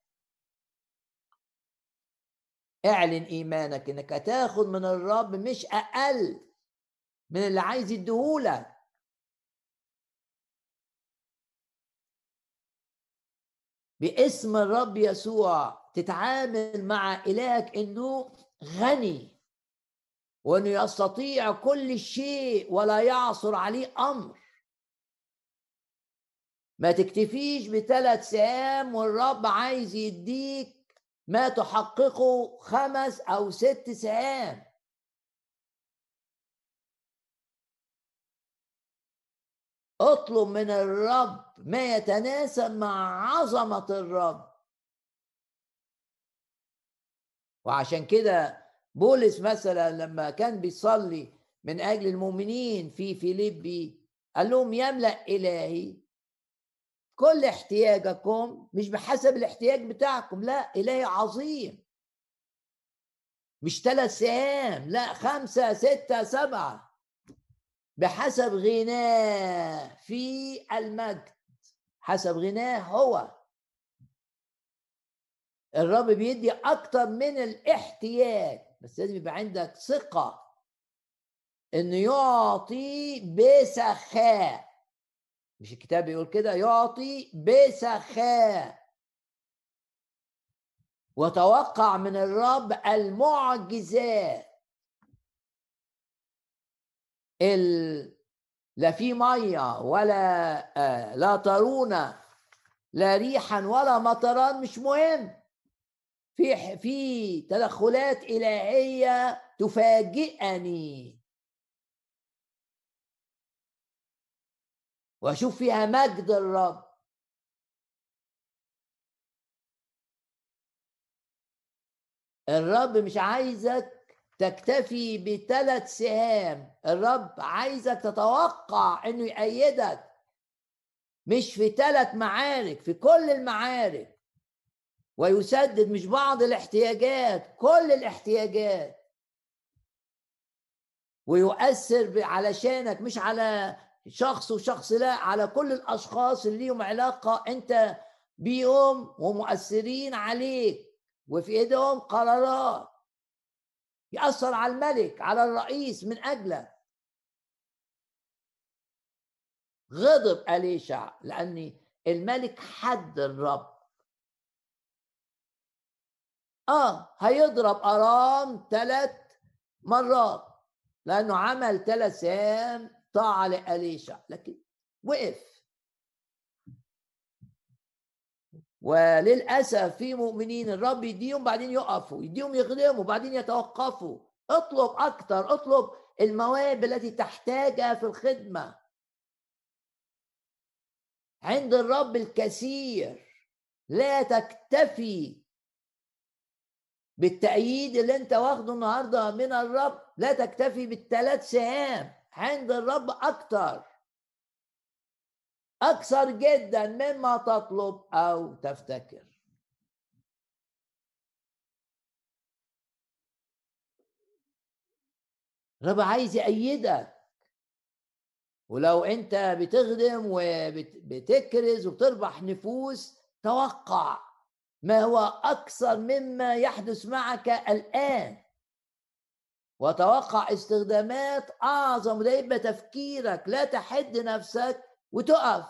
[SPEAKER 1] اعلن إيمانك إنك هتاخد من الرب مش أقل من اللي عايز يديهولك. باسم الرب يسوع تتعامل مع إلهك إنه غني وإنه يستطيع كل شيء ولا يعصر عليه أمر. ما تكتفيش ب3 سهام والرب عايز يديك ما تحققه 5 أو 6 سهام. اطلب من الرب ما يتناسب مع عظمة الرب. وعشان كده بولس مثلا لما كان بيصلي من أجل المؤمنين في فيليبي قال لهم يملأ إلهي كل احتياجكم، مش بحسب الاحتياج بتاعكم، لا، إلهي عظيم، مش 3 سهام، لا، 5 6 7، بحسب غناه في المجد. حسب غناه هو. الرب بيدي أكتر من الاحتياج، بس لازم يبقى عندك ثقة إنه يعطي بسخاء. مش الكتاب بيقول كده؟ يعطي بسخاء. وتوقع من الرب المعجزات. لا في ميه ولا لا ترون لا ريحا ولا مطران، مش مهم. في تدخلات إلهية تفاجئني واشوف فيها مجد الرب. الرب مش عايزك تكتفي ب3 سهام، الرب عايزك تتوقع انه يأيدك مش في 3 معارك، في كل المعارك، ويسدد مش بعض الاحتياجات، كل الاحتياجات، ويؤثر علشانك، مش على شخص وشخص، لا، على كل الاشخاص اللي ليهم علاقة انت بيهم ومؤثرين عليك وفي ايدهم قرارات. يأثر على الملك، على الرئيس من أجله. غضب أليشع لأن الملك حد الرب. هيضرب أرام 3 مرات لأنه عمل 3 سهام طاعة لأليشع، لكن وقف. وللأسف في مؤمنين الرب يديهم بعدين يقفوا، يديهم يخدموا بعدين يتوقفوا. اطلب أكتر، اطلب المواهب التي تحتاجها في الخدمة. عند الرب الكثير. لا تكتفي بالتأييد اللي انت واخده النهارده من الرب، لا تكتفي ب3 سهام. عند الرب أكثر جدا مما تطلب أو تفتكر. الرب عايز يأيدك. ولو انت بتخدم وبتكرز وبتربح نفوس، توقع ما هو أكثر مما يحدث معك الآن، وتوقع استخدامات أعظم. وده يبقى تفكيرك. لا تحد نفسك وتقف.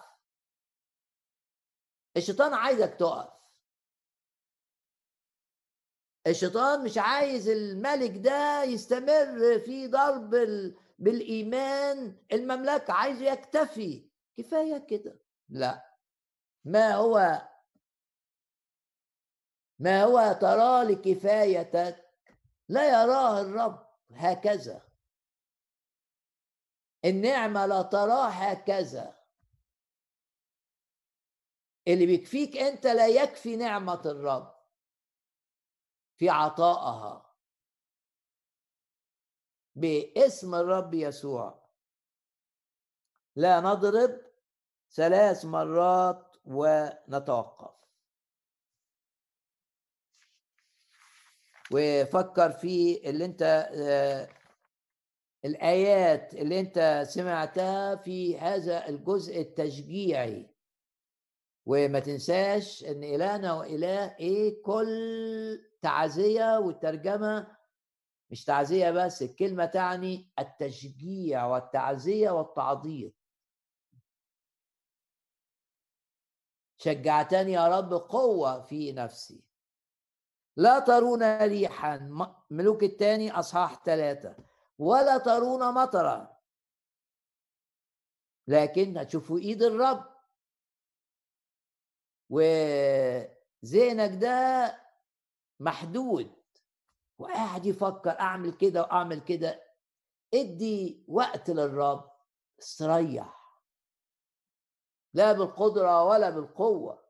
[SPEAKER 1] الشيطان عايزك تقف. الشيطان مش عايز الملك ده يستمر في ضرب بالإيمان المملكة، عايزه يكتفي. كفاية كده. لا، ما هو ترى لكفايتك لا يراه الرب هكذا. النعمة لا تراه هكذا. اللي بيكفيك انت لا يكفي نعمة الرب في عطائها. باسم الرب يسوع لا نضرب 3 مرات ونتوقف. وفكر في اللي انت الآيات اللي انت سمعتها في هذا الجزء التشجيعي. وما تنساش ان إلهنا وإله ايه كل تعزية، والترجمة مش تعزية بس، الكلمة تعني التشجيع والتعزية والتعضيد. شجعتني يا رب قوة في نفسي. لا ترون ريحا، ملوك الثاني أصحاح 3، ولا ترون مطرا، لكن هتشوفوا ايد الرب. وذهنك ده محدود وقاعد يفكر اعمل كده واعمل كده. ادي وقت للرب، استريح، لا بالقدرة ولا بالقوة.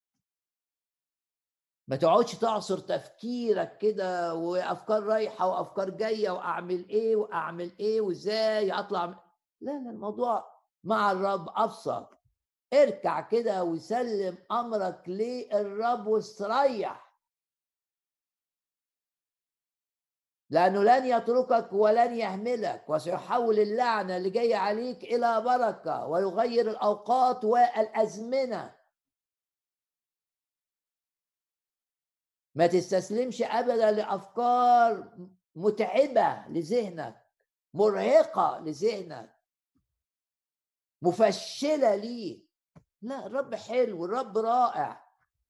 [SPEAKER 1] ما تقعدش تعصر تفكيرك كده وافكار رايحة وافكار جاية، واعمل ايه واعمل ايه وازاي اطلع لا لا، الموضوع مع الرب ابسط. اركع كده وسلم امرك للرب واستريح، لأنه لن يتركك ولن يهملك، وسيحول اللعنة اللي جاية عليك إلى بركة، ويغير الأوقات والأزمنة. ما تستسلمش أبدا لأفكار متعبة لذهنك، مرهقة لذهنك، مفشلة ليه. لا، الرب حلو، الرب رائع،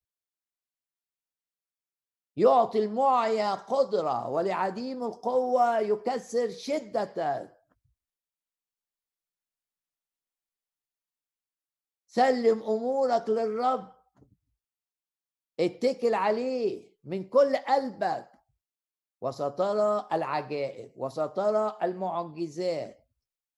[SPEAKER 1] يعطي المعيا قدرة، ولعديم القوة يكسر شدة. سلم أمورك للرب، اتكل عليه من كل قلبك، وسترى العجائب وسترى المعجزات،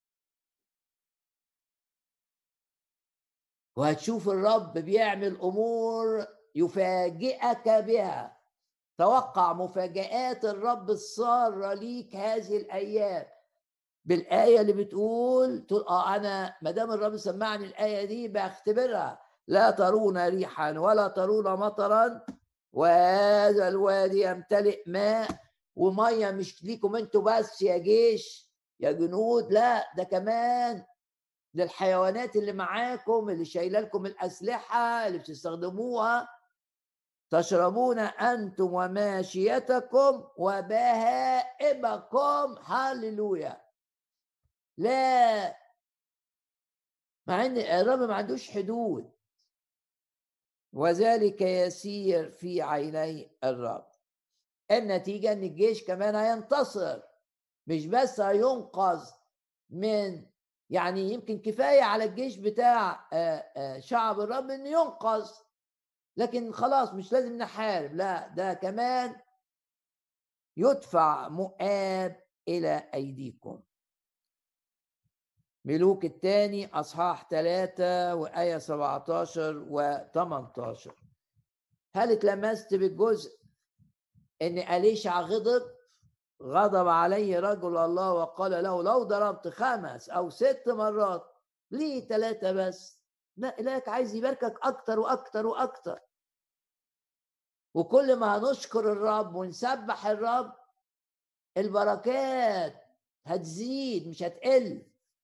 [SPEAKER 1] وهتشوف الرب بيعمل أمور يفاجئك بها. توقع مفاجآت الرب السارة ليك هذه الأيام بالآية اللي بتقول أنا ما دام الرب سمعني الآية دي بختبرها. لا ترون ريحا ولا ترون مطرا، وهذا الوادي يمتلئ ماء. ومية مش ليكم انتوا بس يا جيش يا جنود، لا ده كمان للحيوانات اللي معاكم، اللي شايله لكم الأسلحة اللي بتستخدموها. تشربون أنتم وماشيتكم وبهائمكم. هللويا. لا، مع ان الرب ما عندوش حدود، وذلك يسير في عيني الرب. النتيجة ان الجيش كمان هينتصر، مش بس هينقذ من، يعني يمكن كفاية على الجيش بتاع شعب الرب انه ينقذ، لكن خلاص مش لازم نحارب. لا، ده كمان يدفع مؤاب إلى أيديكم. ملوك الثاني أصحاح 3 وآية 17 و18. هل اتلمست بالجزء إن أليشع غضب عليه رجل الله وقال له لو ضربت 5 أو 6 مرات ليه 3 بس؟ لا، إلهك عايز يباركك أكتر وأكتر وأكتر. وكل ما هنشكر الرب ونسبح الرب البركات هتزيد مش هتقل.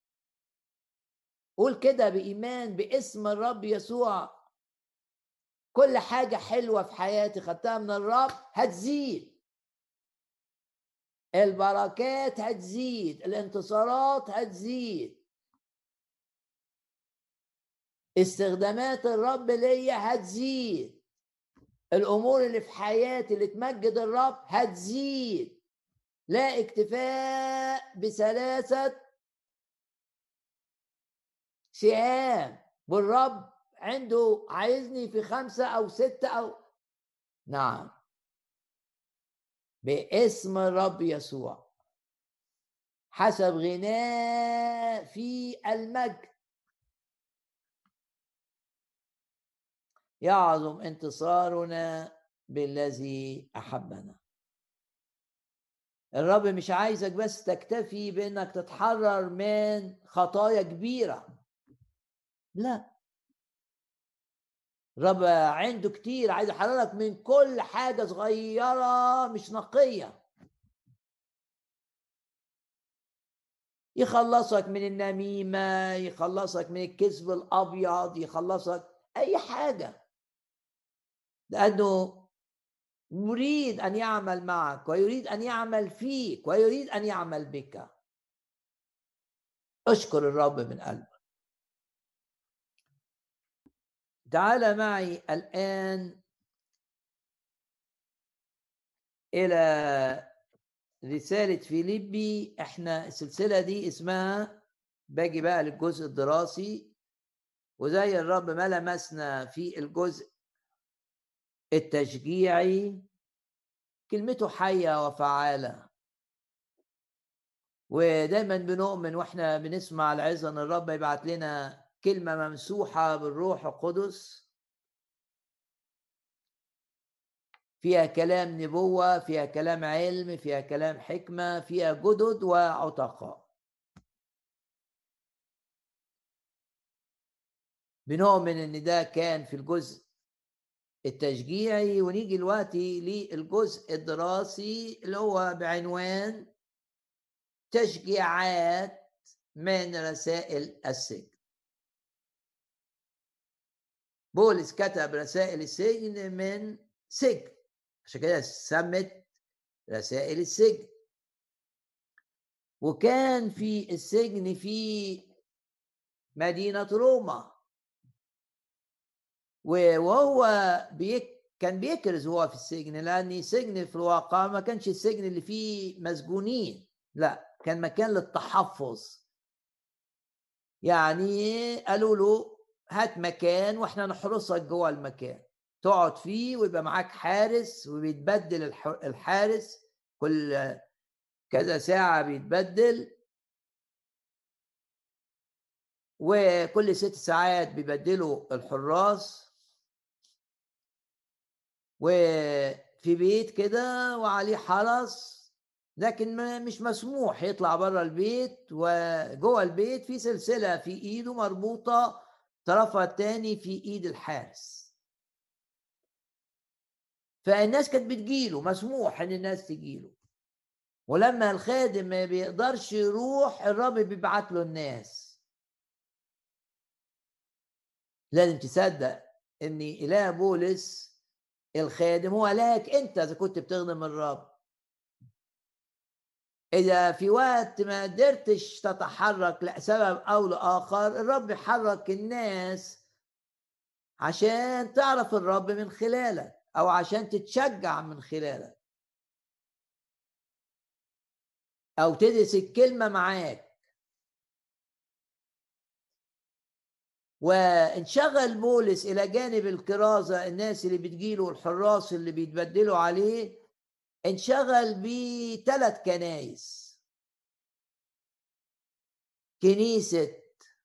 [SPEAKER 1] قول كده بإيمان باسم الرب يسوع، كل حاجة حلوة في حياتي خدتها من الرب هتزيد، البركات هتزيد، الانتصارات هتزيد، استخدامات الرب ليا هتزيد، الأمور اللي في حياتي اللي تمجد الرب هتزيد. لا اكتفاء ب3 سهام، والرب عنده عايزني في 5 أو 6 أو نعم، باسم الرب يسوع حسب غناه في المجد يعظم انتصارنا بالذي أحبنا. الرب مش عايزك بس تكتفي بأنك تتحرر من خطايا كبيرة، لا، الرب عنده كتير، عايز يحررك من كل حاجة صغيرة مش نقية. يخلصك من النميمة، يخلصك من الكذب الأبيض، يخلصك أي حاجة، لأنه يريد أن يعمل معك ويريد أن يعمل فيك ويريد أن يعمل بك. أشكر الرب من قلبك. تعال معي الآن إلى رسالة فيليبي. احنا السلسلة دي اسمها، باجي بقى للجزء الدراسي، وزي الرب ما لمسنا في الجزء التشجيعي، كلمته حية وفعالة. ودايما بنؤمن واحنا بنسمع العظة ان الرب يبعت لنا كلمة ممسوحة بالروح القدس، فيها كلام نبوة، فيها كلام علم، فيها كلام حكمة، فيها جدد وعتقاء. بنؤمن ان ده كان في الجزء التشجيعي، ونيجي دلوقتي للجزء الدراسي اللي هو بعنوان تشجيعات من رسائل السجن. بولس كتب رسائل السجن من سجن، عشان كده سمت رسائل السجن. وكان في السجن في مدينة روما، وهو كان بيكرز وهو في السجن، لأن سجن في الواقع ما كانش السجن اللي فيه مسجونين، لا، كان مكان للتحفظ. يعني قالوا له هات مكان واحنا نحرسك جوه المكان، تقعد فيه ويبقى معاك حارس، وبيتبدل الحارس كل كذا ساعة بيتبدل، وكل 6 ساعات بيبدلوا الحراس، وفي بيت كده وعليه حرس، لكن مش مسموح يطلع بره البيت. وجوه البيت في سلسلة في ايده مربوطة طرفها التاني في ايد الحارس. فالناس كانت بتجيله، مسموح ان الناس تجيله، ولما الخادم ما بيقدرش يروح الرب بيبعت له الناس. لازم تصدق ان اله بولس الخادم هو لك انت اذا كنت بتخدم الرب. اذا في وقت ما قدرتش تتحرك لسبب او لاخر، الرب يحرك الناس عشان تعرف الرب من خلالك، او عشان تتشجع من خلالك، او تدرس الكلمة معاك. وانشغل بولس الى جانب الكرازة، الناس اللي بتجيله والحراس اللي بيتبدلوا عليه، انشغل ب3 كنايس. كنيسة،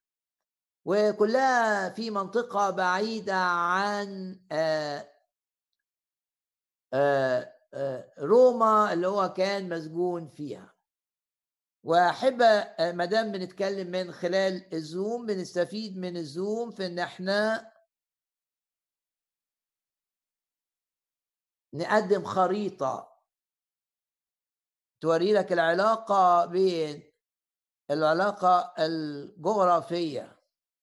[SPEAKER 1] وكلها في منطقة بعيدة عن روما اللي هو كان مسجون فيها. واحب ما دام بنتكلم من خلال الزوم، بنستفيد من الزوم في ان احنا نقدم خريطة توري لك العلاقة بين العلاقة الجغرافية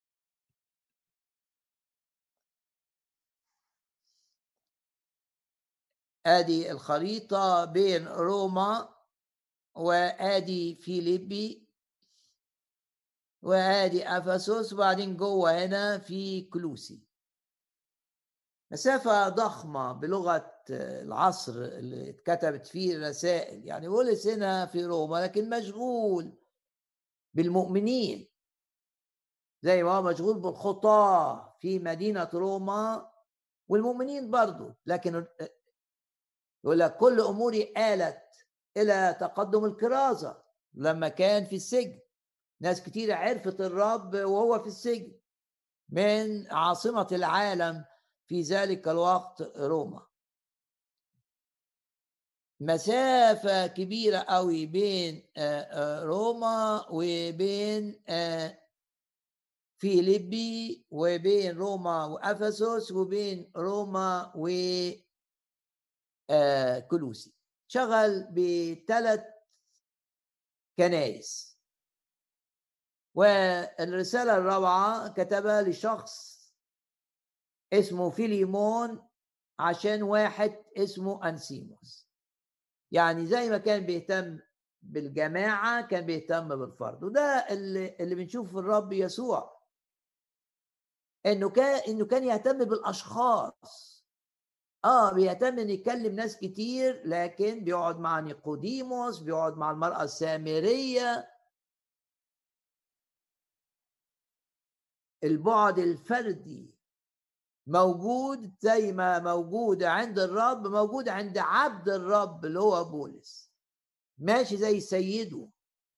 [SPEAKER 1] ادي الخريطة بين روما، وادي فيليبي، وادي افسس، وبعدين جوه هنا في كلوسي. مسافة ضخمة بلغة العصر اللي اتكتبت فيه الرسائل. يعني بولس هنا في روما لكن مشغول بالمؤمنين زي ما هو مشغول بالخطاة في مدينة روما، والمؤمنين برضو. لكن يقول لك كل أموري آلت إلى تقدم الكرازة. لما كان في السجن ناس كتير عرفت الرب وهو في السجن من عاصمة العالم في ذلك الوقت روما. مسافة كبيرة قوي بين روما وبين فيليبي وبين روما وأفسس وبين روما وكلوسي. شغل ب3 كنائس. والرسالة الرابعة كتبها لشخص اسمه فيليمون عشان واحد اسمه أنسيموس. يعني زي ما كان بيهتم بالجماعة كان بيهتم بالفرد. وده اللي بنشوف في الرب يسوع، انه كان يهتم بالاشخاص. بيهتم ان يكلم ناس كتير، لكن بيقعد مع نيقوديموس، بيقعد مع المرأة السامرية. البعد الفردي موجود زي ما موجود عند الرب، موجود عند عبد الرب اللي هو بولس. ماشي زي سيده،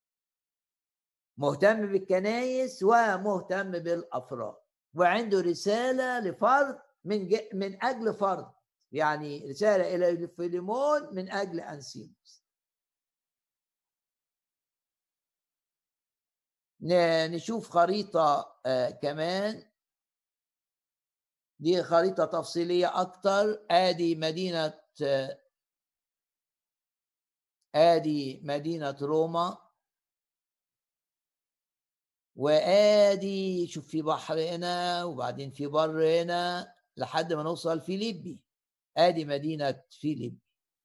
[SPEAKER 1] مهتم بالكنايس ومهتم بالافراد، وعنده رساله لفرد من اجل فرد. يعني رساله الى فيليمون من اجل انسيموس. نشوف خريطه كمان، دي خريطه تفصيليه اكتر. ادي مدينه روما، وادي شوف في بحر هنا وبعدين في بر هنا لحد ما نوصل فيليبي. ادي مدينة فيليبي،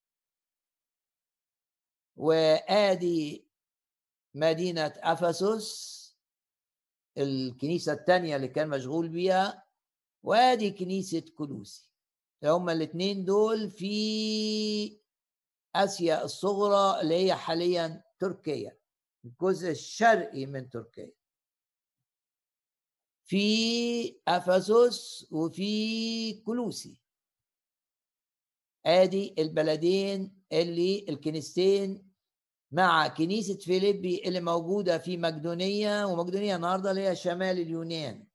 [SPEAKER 1] وادي مدينة افسس الكنيسة الثانية اللي كان مشغول بيها، وادي كنيسة كلوسي. هما الاثنين دول في اسيا الصغرى اللي هي حاليا تركيا، الجزء الشرقي من تركيا. في افسس وفي كلوسي. ادي البلدين اللي الكنيستين مع كنيسة فيليبي اللي موجودة في مقدونية، ومقدونية النهاردة اللي هي شمال اليونان.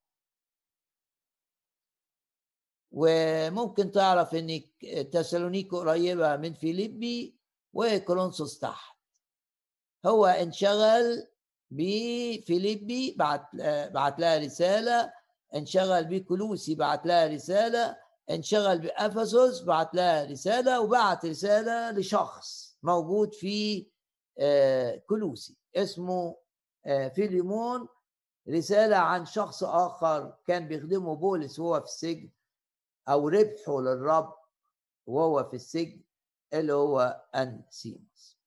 [SPEAKER 1] وممكن تعرف ان تسالونيكو قريبة من فيليبي وكورنثوس تحت. هو انشغل بفيليبي، بعت لها رسالة. انشغل بكلوسي، بعت لها رسالة. انشغل بأفسس، بعت لها رسالة. وبعت رسالة لشخص موجود في كلوسي اسمه فيليمون، رسالة عن شخص آخر كان بيخدمه بولس وهو في السجن، أو ربحه للرب وهو في السجن، اللي هو أنسيموس.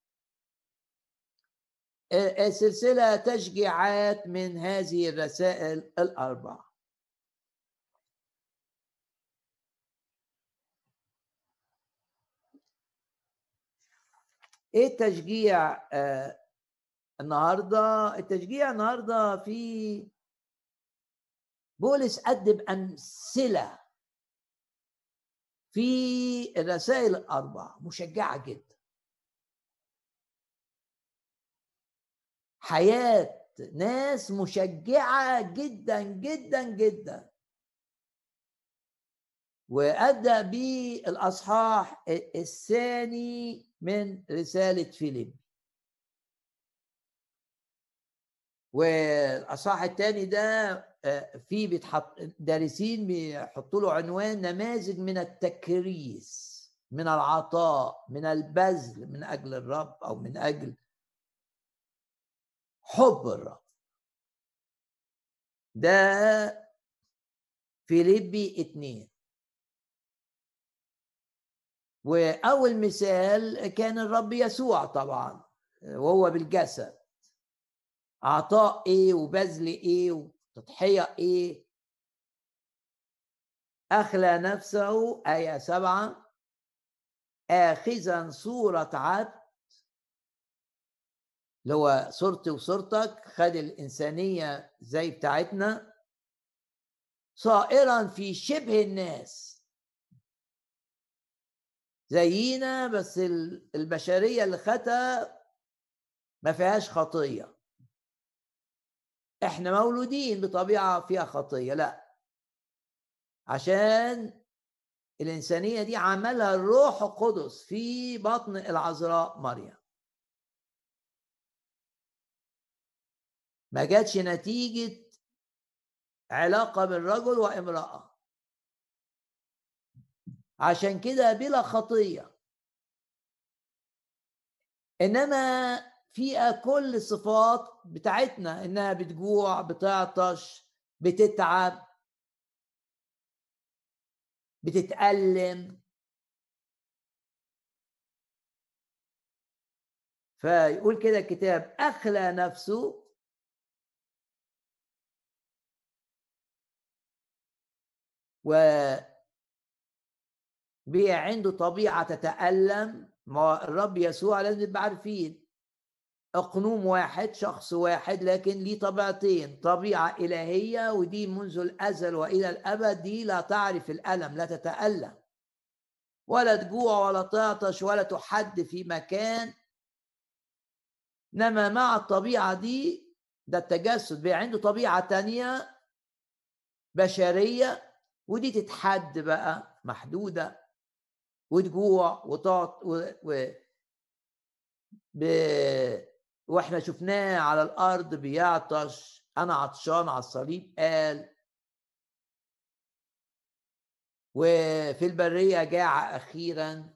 [SPEAKER 1] سلسلة تشجيعات من هذه الرسائل الأربعة. ايه التشجيع النهارده؟ التشجيع النهارده في بولس قدم أمثلة في الرسائل الأربعة مشجعة جدا. حياة ناس مشجعة جدا جدا جدا. وأبدأ بالأصحاح الثاني من رسالة فيليب. والأصحاح الثاني ده فيه بيتحط دارسين بيحطوا له عنوان نماذج من التكريس، من العطاء، من البذل من أجل الرب أو من أجل حب الرب. ده فيليبي 2. وأول مثال كان الرب يسوع طبعا وهو بالجسد، عطاء ايه وبذل ايه وتضحية ايه. أخلى نفسه آية 7 آخذا صورة عبد، اللي هو صورتي وصورتك، خد الإنسانية زي بتاعتنا، صائرا في شبه الناس زينا، بس البشرية اللي خدها ما فيهاش خطية. احنا مولودين بطبيعة فيها خطية، لا، عشان الإنسانية دي عملها الروح القدس في بطن العذراء مريم. ما جاتش نتيجة علاقة بين رجل وامرأة، عشان كده بلا خطية. إنما فيها كل الصفات بتاعتنا، إنها بتجوع، بتعطش، بتتعب، بتتألم. فيقول كده الكتاب: أخلى نفسه وبقى عنده طبيعة تتألم. ما الرب يسوع لازم نبقى عارفين أقنوم واحد، شخص واحد، لكن ليه طبيعتين: طبيعة إلهية، ودي منذ الأزل وإلى الأبد، دي لا تعرف الألم، لا تتألم ولا تجوع ولا تعطش ولا تحد في مكان. إنما مع الطبيعة دي، ده التجسد، بقى عنده طبيعة تانية بشرية، ودي تتحد بقى، محدودة، وتجوع وتعط ب... واحنا شفناه على الارض بيعطش: انا عطشان على الصليب قال. وفي البرية جاع اخيرا،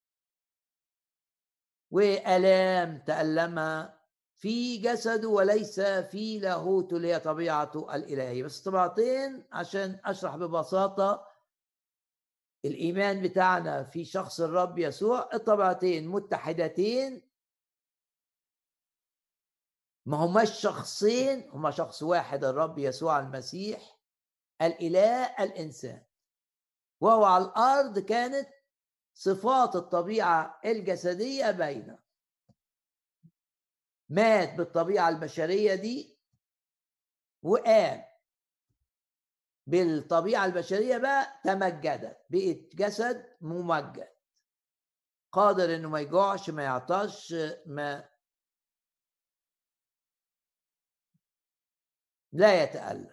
[SPEAKER 1] والام تألمها في جسده وليس في لاهوته اللي هي طبيعته الالهيه. بس طبيعتين عشان اشرح ببساطه الايمان بتاعنا في شخص الرب يسوع. الطبيعتين متحدتين، ما هماش شخصين، هما شخص واحد، الرب يسوع المسيح الإله الإنسان. وهو على الأرض كانت صفات الطبيعة الجسدية باينة، مات بالطبيعة البشرية دي وقام بالطبيعة البشرية بقى، تمجدت، بقت جسد ممجد، قادر انه ما يجوعش، ما يعطش، ما لا يتألم.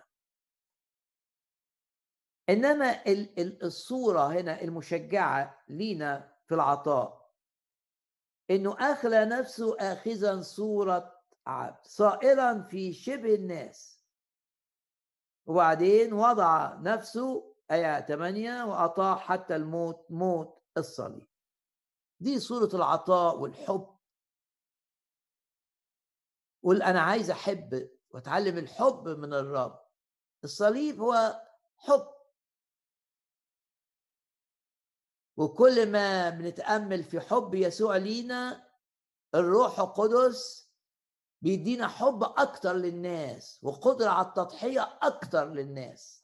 [SPEAKER 1] انما الصورة هنا المشجعة لينا في العطاء انه اخلى نفسه اخذا صورة عبد صائرا في شبه الناس، وبعدين وضع نفسه آية 8 وأطاع حتى الموت، موت الصليب. دي صورة العطاء والحب. قول أنا عايز أحب وأتعلم الحب من الرب. الصليب هو حب، وكل ما بنتأمل في حب يسوع لينا، الروح القدس بيدينا حب أكتر للناس وقدرة على التضحية أكتر للناس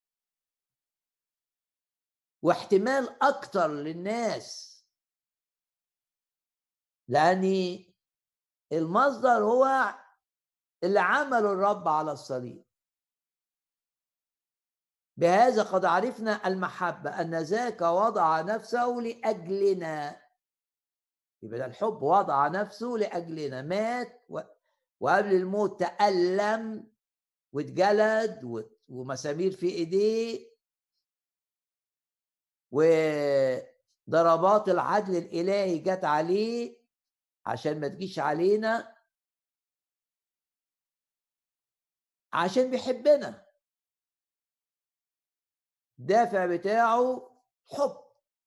[SPEAKER 1] واحتمال أكتر للناس، لأن المصدر هو اللي عمله الرب على الصليب. بهذا قد عرفنا المحبة أن ذاك وضع نفسه لأجلنا. يبقى الحب وضع نفسه لأجلنا، مات وقبل الموت تألم واتجلد ومسامير في ايديه وضربات العدل الإلهي جت عليه عشان ما تجيش علينا، عشان بيحبنا. الدافع بتاعه حب.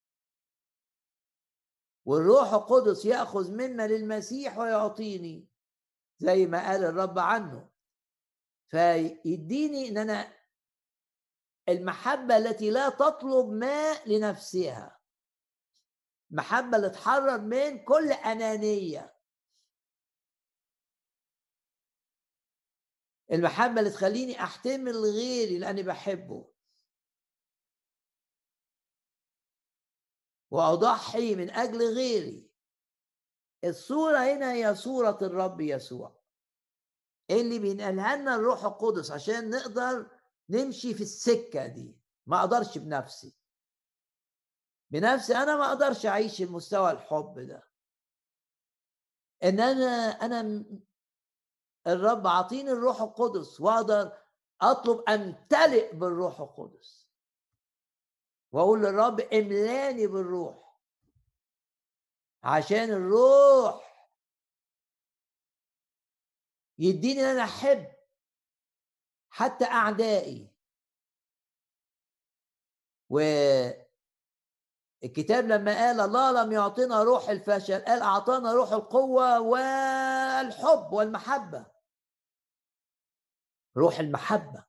[SPEAKER 1] والروح القدس يأخذ منا للمسيح ويعطيني زي ما قال الرب عنه، فيديني ان انا المحبة التي لا تطلب ما لنفسها، محبة اللي تحرر من كل أنانية، المحبة اللي تخليني أحتمل غيري لأني بحبه وأضحي من أجل غيري. الصورة هنا هي صورة الرب يسوع اللي بينقلها لنا الروح القدس عشان نقدر نمشي في السكة دي. ما أقدرش بنفسي أنا ما أقدرش أعيش المستوى الحب ده. إن أنا الرب عطيني الروح القدس وأقدر أطلب أمتلئ بالروح القدس وأقول للرب املاني بالروح، عشان الروح يديني ان انا احب حتى اعدائي والكتاب لما قال الله لم يعطينا روح الفشل، قال أعطانا روح القوة والحب والمحبة، روح المحبة.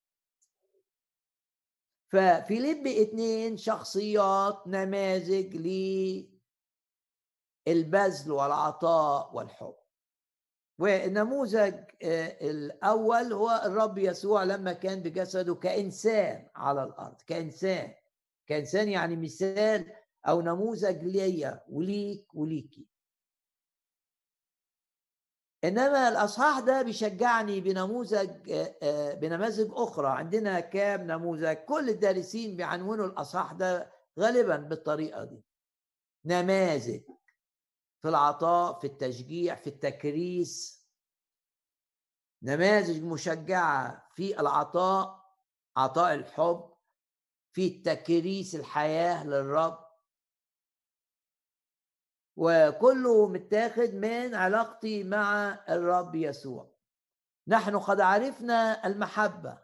[SPEAKER 1] ففيليبي 2 شخصيات نماذج للبذل والعطاء والحب. والنموذج الأول هو الرب يسوع لما كان بجسده كإنسان على الأرض، كإنسان يعني مثال أو نموذج ليا وليك وليكي. إنما الأصحاح ده بيشجعني بنماذج أخرى. عندنا كام نموذج، كل الدارسين بيعنونوا الأصحاح ده غالبا بالطريقة دي: نماذج في العطاء، في التشجيع، في التكريس، نماذج مشجعة في العطاء، عطاء الحب، في التكريس، الحياة للرب. وكله متاخد من علاقتي مع الرب يسوع. نحن قد عرفنا المحبة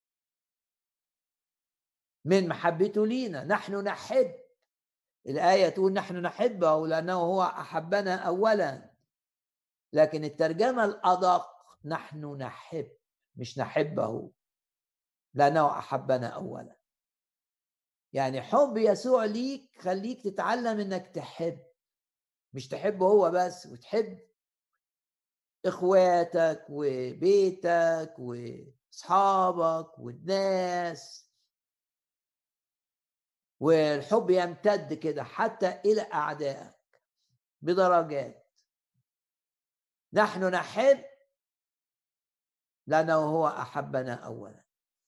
[SPEAKER 1] من محبته لينا، نحن نحب. الآية تقول نحن نحبه لأنه هو أحبنا أولا، لكن الترجمة الأدق نحن نحب، مش نحبه لأنه أحبنا أولا. يعني حب يسوع ليك خليك تتعلم إنك تحب، مش تحبه هو بس، وتحب إخواتك وبيتك وأصحابك والناس، والحب يمتد كده حتى إلى أعدائك بدرجات. نحن نحب لأنه هو أحبنا أولا.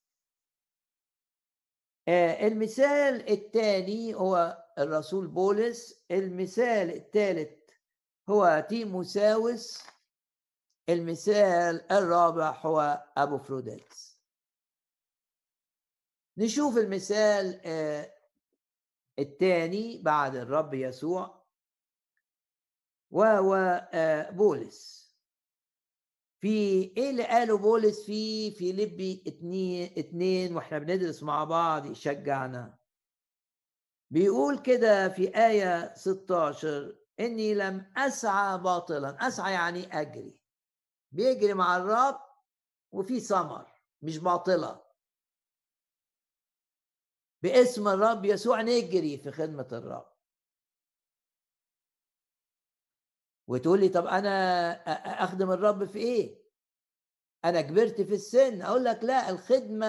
[SPEAKER 1] المثال الثاني هو الرسول بولس. المثال الثالث هو تيموساوس. المثال الرابع هو أبوفروديتس. نشوف المثال الثاني بعد الرب يسوع، وهو بولس. في ايه اللي قاله بولس في فيليبي 2 واحنا بندرس مع بعض يشجعنا. بيقول كده في آية 16: إني لم أسعى باطلا. أسعى يعني أجري، بيجري مع الرب وفي ثمر، مش باطلة. باسم الرب يسوع نجري في خدمة الرب. وتقول لي طب أنا أخدم الرب في إيه؟ أنا كبرت في السن. أقول لك لا، الخدمة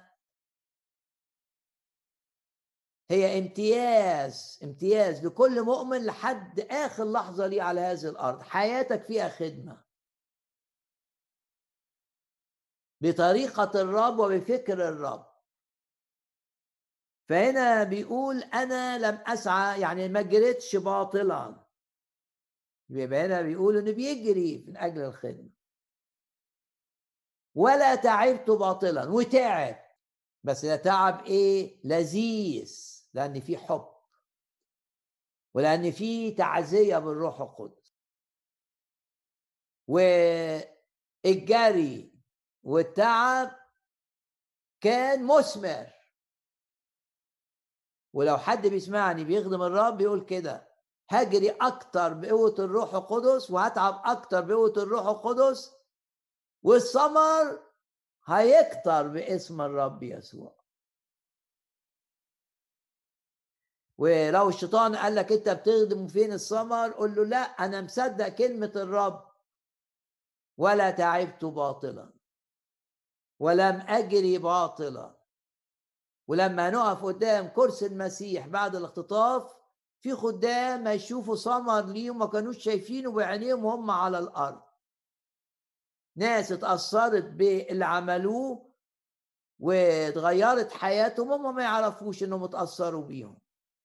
[SPEAKER 1] هي امتياز لكل مؤمن لحد آخر لحظة ليه على هذه الأرض. حياتك فيها خدمة بطريقة الرب وبفكر الرب. فهنا بيقول أنا لم أسعى، يعني ما جريتش باطلا. يبقى هنا بيقول إنه بيجري من أجل الخدمة. ولا تعبت باطلا، وتعب، بس ده تعب إيه؟ لذيذ، لأن في حب ولأن في تعزية بالروح القدس. والجري والتعب كان مثمر. ولو حد بيسمعني بيخدم الرب بيقول كده: هجري اكتر بقوة الروح القدس وهتعب اكتر بقوة الروح القدس، والثمر هيكتر باسم الرب يسوع. ولو الشيطان قال لك انت بتخدم فين الثمر، قول له لا، انا مصدق كلمة الرب: ولا تعبت باطلا ولم اجري باطلا. ولما نقف قدام كرسي المسيح بعد الاختطاف، في خدام هيشوفوا ثمر ليهم ما كانوش شايفينه بعينيهم وهم على الارض. ناس اتأثرت باللي عملوه واتغيرت حياتهم هم ما يعرفوش انهم اتأثروا بيهم.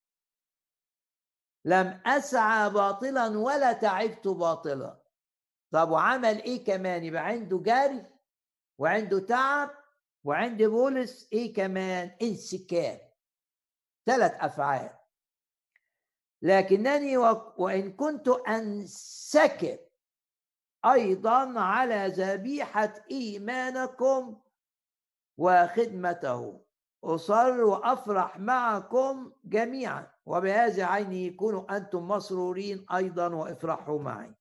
[SPEAKER 1] لم أسعى باطلا ولا تعبت باطلا. طب وعمل ايه كمان؟ يبقى عنده جري وعنده تعب، وعند بولس ايه كمان؟ انسكاب. 3 أفعال. لكنني وإن كنت أنسكب أيضا على ذبيحة إيمانكم وخدمته. أصر وأفرح معكم جميعا، وبهذا عيني كونوا أنتم مسرورين أيضا وافرحوا معي.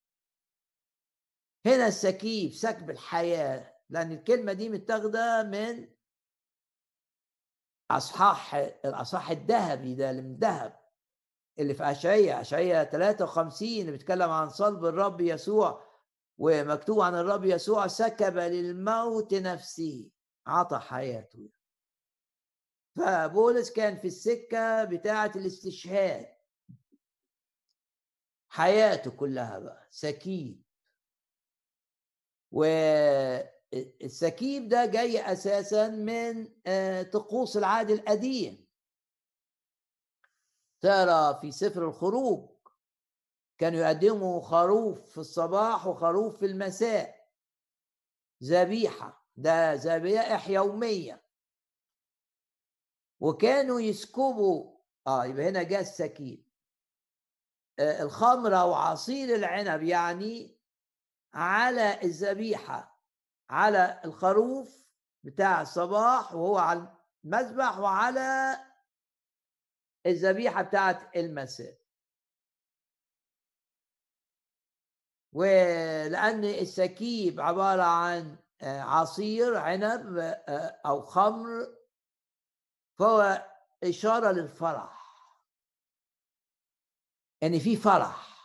[SPEAKER 1] هنا السكيب، سكب الحياة، لأن الكلمة دي متاخدة من الأصحاح الذهبي ده اللي من الذهب، اللي في أشعياء 53 اللي بيتكلم عن صلب الرب يسوع، ومكتوب عن الرب يسوع سكب للموت نفسه، عطى حياته. فبولس كان في السكة بتاعة الاستشهاد، حياته كلها بقى سكيب. والسكيب ده جاي أساسا من طقوس العهد القديم. ترى في سفر الخروج كانوا يقدموا خروف في الصباح وخروف في المساء ذبيحة، ده ذبائح يومية، وكانوا يسكبوا يبقى هنا جاء السكيب الخمرة وعصير العنب يعني على الذبيحة، على الخروف بتاع الصباح وهو على المذبح، وعلى الذبيحة بتاعت المساء. ولأن السكيب عبارة عن عصير عنب أو خمر، فهو إشارة للفرح، يعني في فرح.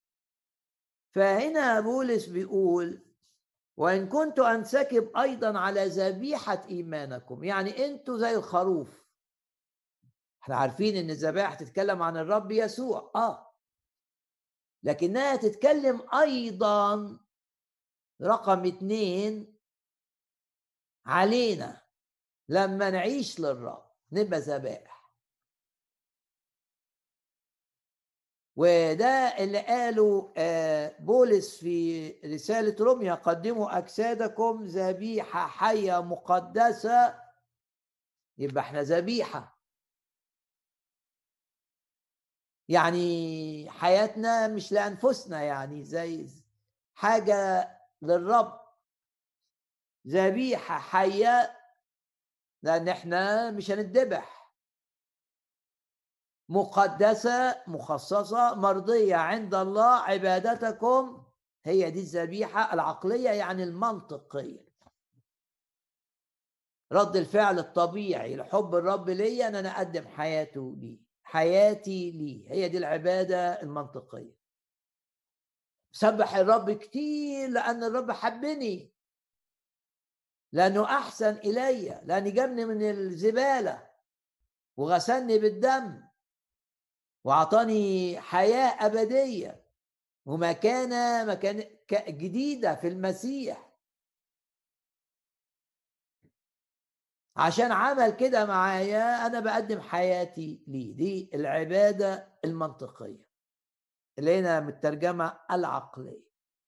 [SPEAKER 1] فهنا بولس بيقول وإن كنت أنسكب أيضا على ذبيحة إيمانكم، يعني أنتوا زي الخروف. احنا عارفين إن الذبائح تتكلم عن الرب يسوع لكنها تتكلم أيضا رقم 2 علينا لما نعيش للرب نبقى ذبائح. وده اللي قاله بولس في رسالة روميا: قدموا أجسادكم ذبيحة حية مقدسة. يبقى احنا ذبيحة، يعني حياتنا مش لأنفسنا، يعني زي حاجة للرب، ذبيحة حية، لأن احنا مش هنتذبح، مقدسة مخصصة مرضية عند الله، عبادتكم هي دي الذبيحة العقلية، يعني المنطقية، رد الفعل الطبيعي لحب الرب لي أن أنا أقدم حياتي لي، هي دي العبادة المنطقية. سبح الرب كتير لأن الرب حبني، لأنه أحسن إلي، لأنه جابني من الزبالة وغسلني بالدم وأعطاني حياة أبدية مكان جديدة في المسيح. عشان عمل كده معايا أنا بقدم حياتي ليه. دي العبادة المنطقية اللي هنا مترجمة العقلية.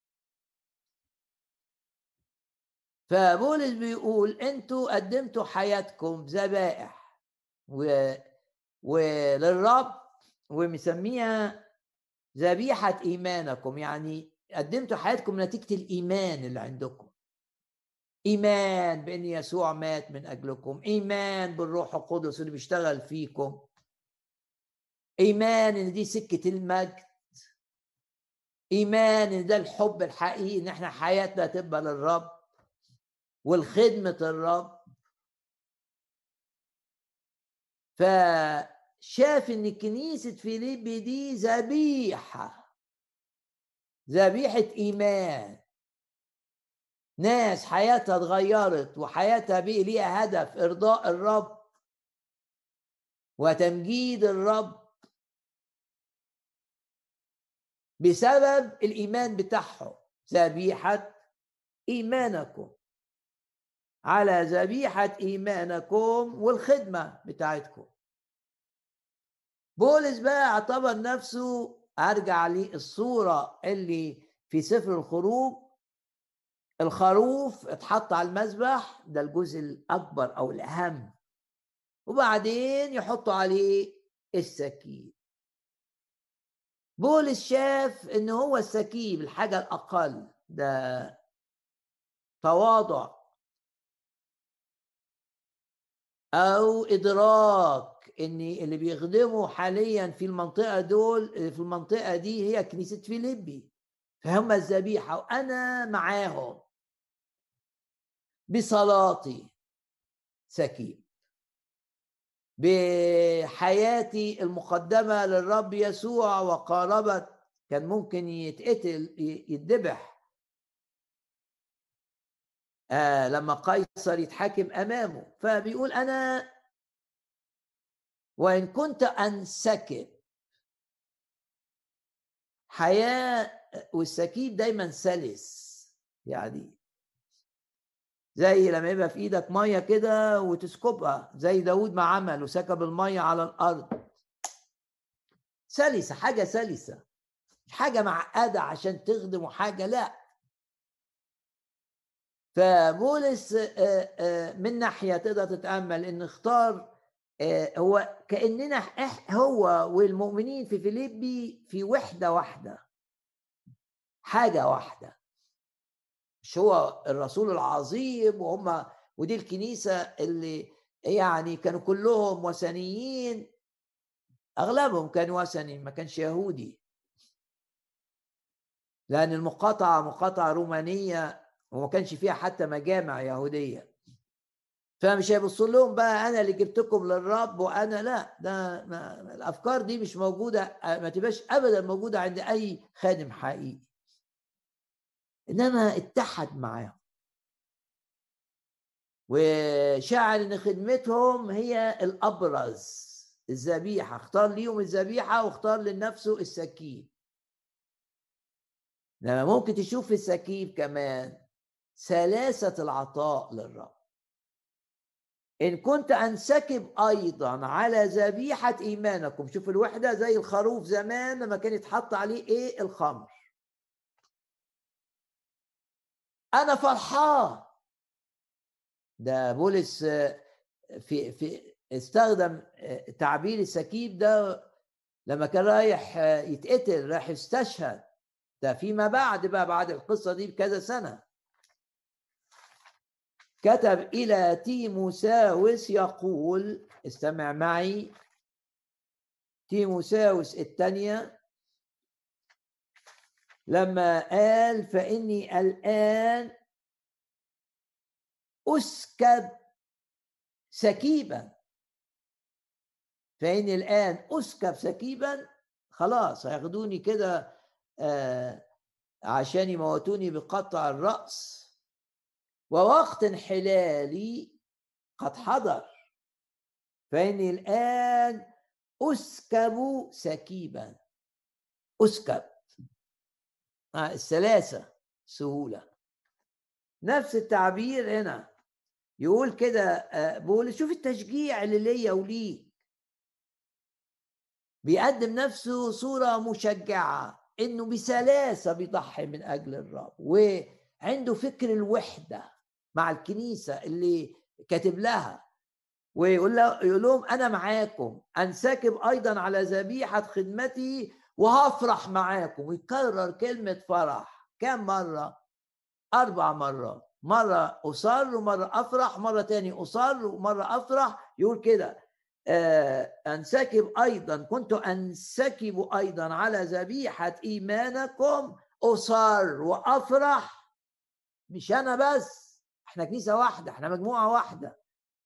[SPEAKER 1] فبولس بيقول انتوا قدمتوا حياتكم ذبائح وللرب، ومسميها ذبيحة إيمانكم، يعني قدمتوا حياتكم نتيجة الإيمان اللي عندكم، إيمان بأن يسوع مات من أجلكم، إيمان بالروح القدس اللي بيشتغل فيكم، إيمان إن دي سكة المجد، إيمان إن ده الحب الحقيقي، إن إحنا حياتنا تبقى للرب والخدمة الرب. فشاف إن كنيسة فيليبي دي ذبيحة إيمان، ناس حياتها اتغيرت وحياتها بقى ليها هدف إرضاء الرب وتمجيد الرب بسبب الإيمان بتاعهم. ذبيحة إيمانكم، على ذبيحة إيمانكم والخدمة بتاعتكم. بولس بقى اعتبر نفسه، أرجع للصورة اللي في سفر الخروج، الخروف اتحط على المذبح، ده الجزء الأكبر أو الأهم، وبعدين يحطوا عليه السكين. بولس شاف ان هو السكيب، الحاجة الأقل، ده تواضع. أو إدراك إن اللي بيخدموا حاليا في المنطقة في المنطقة دي هي كنيسة فيليبي، فهم الذبيحة وأنا معاهم بصلاتي سكيب، بحياتي المقدمة للرب يسوع وقاربت، كان ممكن يتقتل يتذبح لما قيصر يتحاكم أمامه. فبيقول أنا وإن كنت أنسكب حياة، والسكيب دايما سلس، يعني زي لما يبقى في ايدك ميه كده وتسكبها زي داود ما عمل وسكب الميه على الارض، سلسه، حاجه سلسه، مش حاجه معقده عشان تخدم حاجه، لا. فبولس من ناحيه تقدر تتامل ان اختار هو كاننا هو والمؤمنين في فيليبي في وحده واحده، حاجه واحده، مش هو الرسول العظيم وهم ودي الكنيسه اللي يعني كانوا كلهم وثنيين، اغلبهم كان وثني ما كانش يهودي، لان المقاطعه مقاطعه رومانيه وما كانش فيها حتى مجامع يهوديه، فمش هيبصوا لهم بقى انا اللي جبتكم للرب وانا لا، ده الافكار دي مش موجوده، ما تبقاش ابدا موجوده عند اي خادم حقيقي، انما اتحد معاهم وشعر ان خدمتهم هي الابرز، الذبيحه، اختار ليهم الذبيحه واختار لنفسه السكيب. لما ممكن تشوف في السكيب كمان سلاسة العطاء للرب. إن كنت أنسكب أيضا على ذبيحة إيمانكم، شوف الوحدة زي الخروف زمان لما كان يتحط عليه إيه؟ الخمر. أنا فرحان. ده بولس في استخدم تعبير السكيب ده لما كان رايح يتقتل، رايح يستشهد، ده فيما بعد بقى بعد القصة دي بكذا سنة. كتب إلى تيموساوس يقول، استمع معي، تيموساوس الثانية لما قال فإني الآن أسكب سكيبا، فإني الآن أسكب سكيبا، خلاص هياخدوني كده عشان يموتوني بقطع الرأس، ووقت انحلالي قد حضر، فإني الآن أسكب سكيبا. أسكب السلاسة، سهولة، نفس التعبير هنا يقول كده بولس، شوف التشجيع اللي ليا وليك، بيقدم نفسه صورة مشجعة انه بسلاسة بيضحي من اجل الرب، وعنده فكر الوحدة مع الكنيسة اللي كاتب لها، ويقول لهم انا معاكم، انسكب ايضا على ذبيحة خدمتي وهفرح معاكم، ويكرر كلمة فرح كم مرة؟ 4 مرات، مرة أصر ومرة أفرح، مرة تاني أصر ومرة أفرح، يقول كده أنسكب أيضا، كنت أنسكب أيضا على ذبيحة إيمانكم، أصر وأفرح. مش أنا بس، احنا كنيسة واحدة، احنا مجموعة واحدة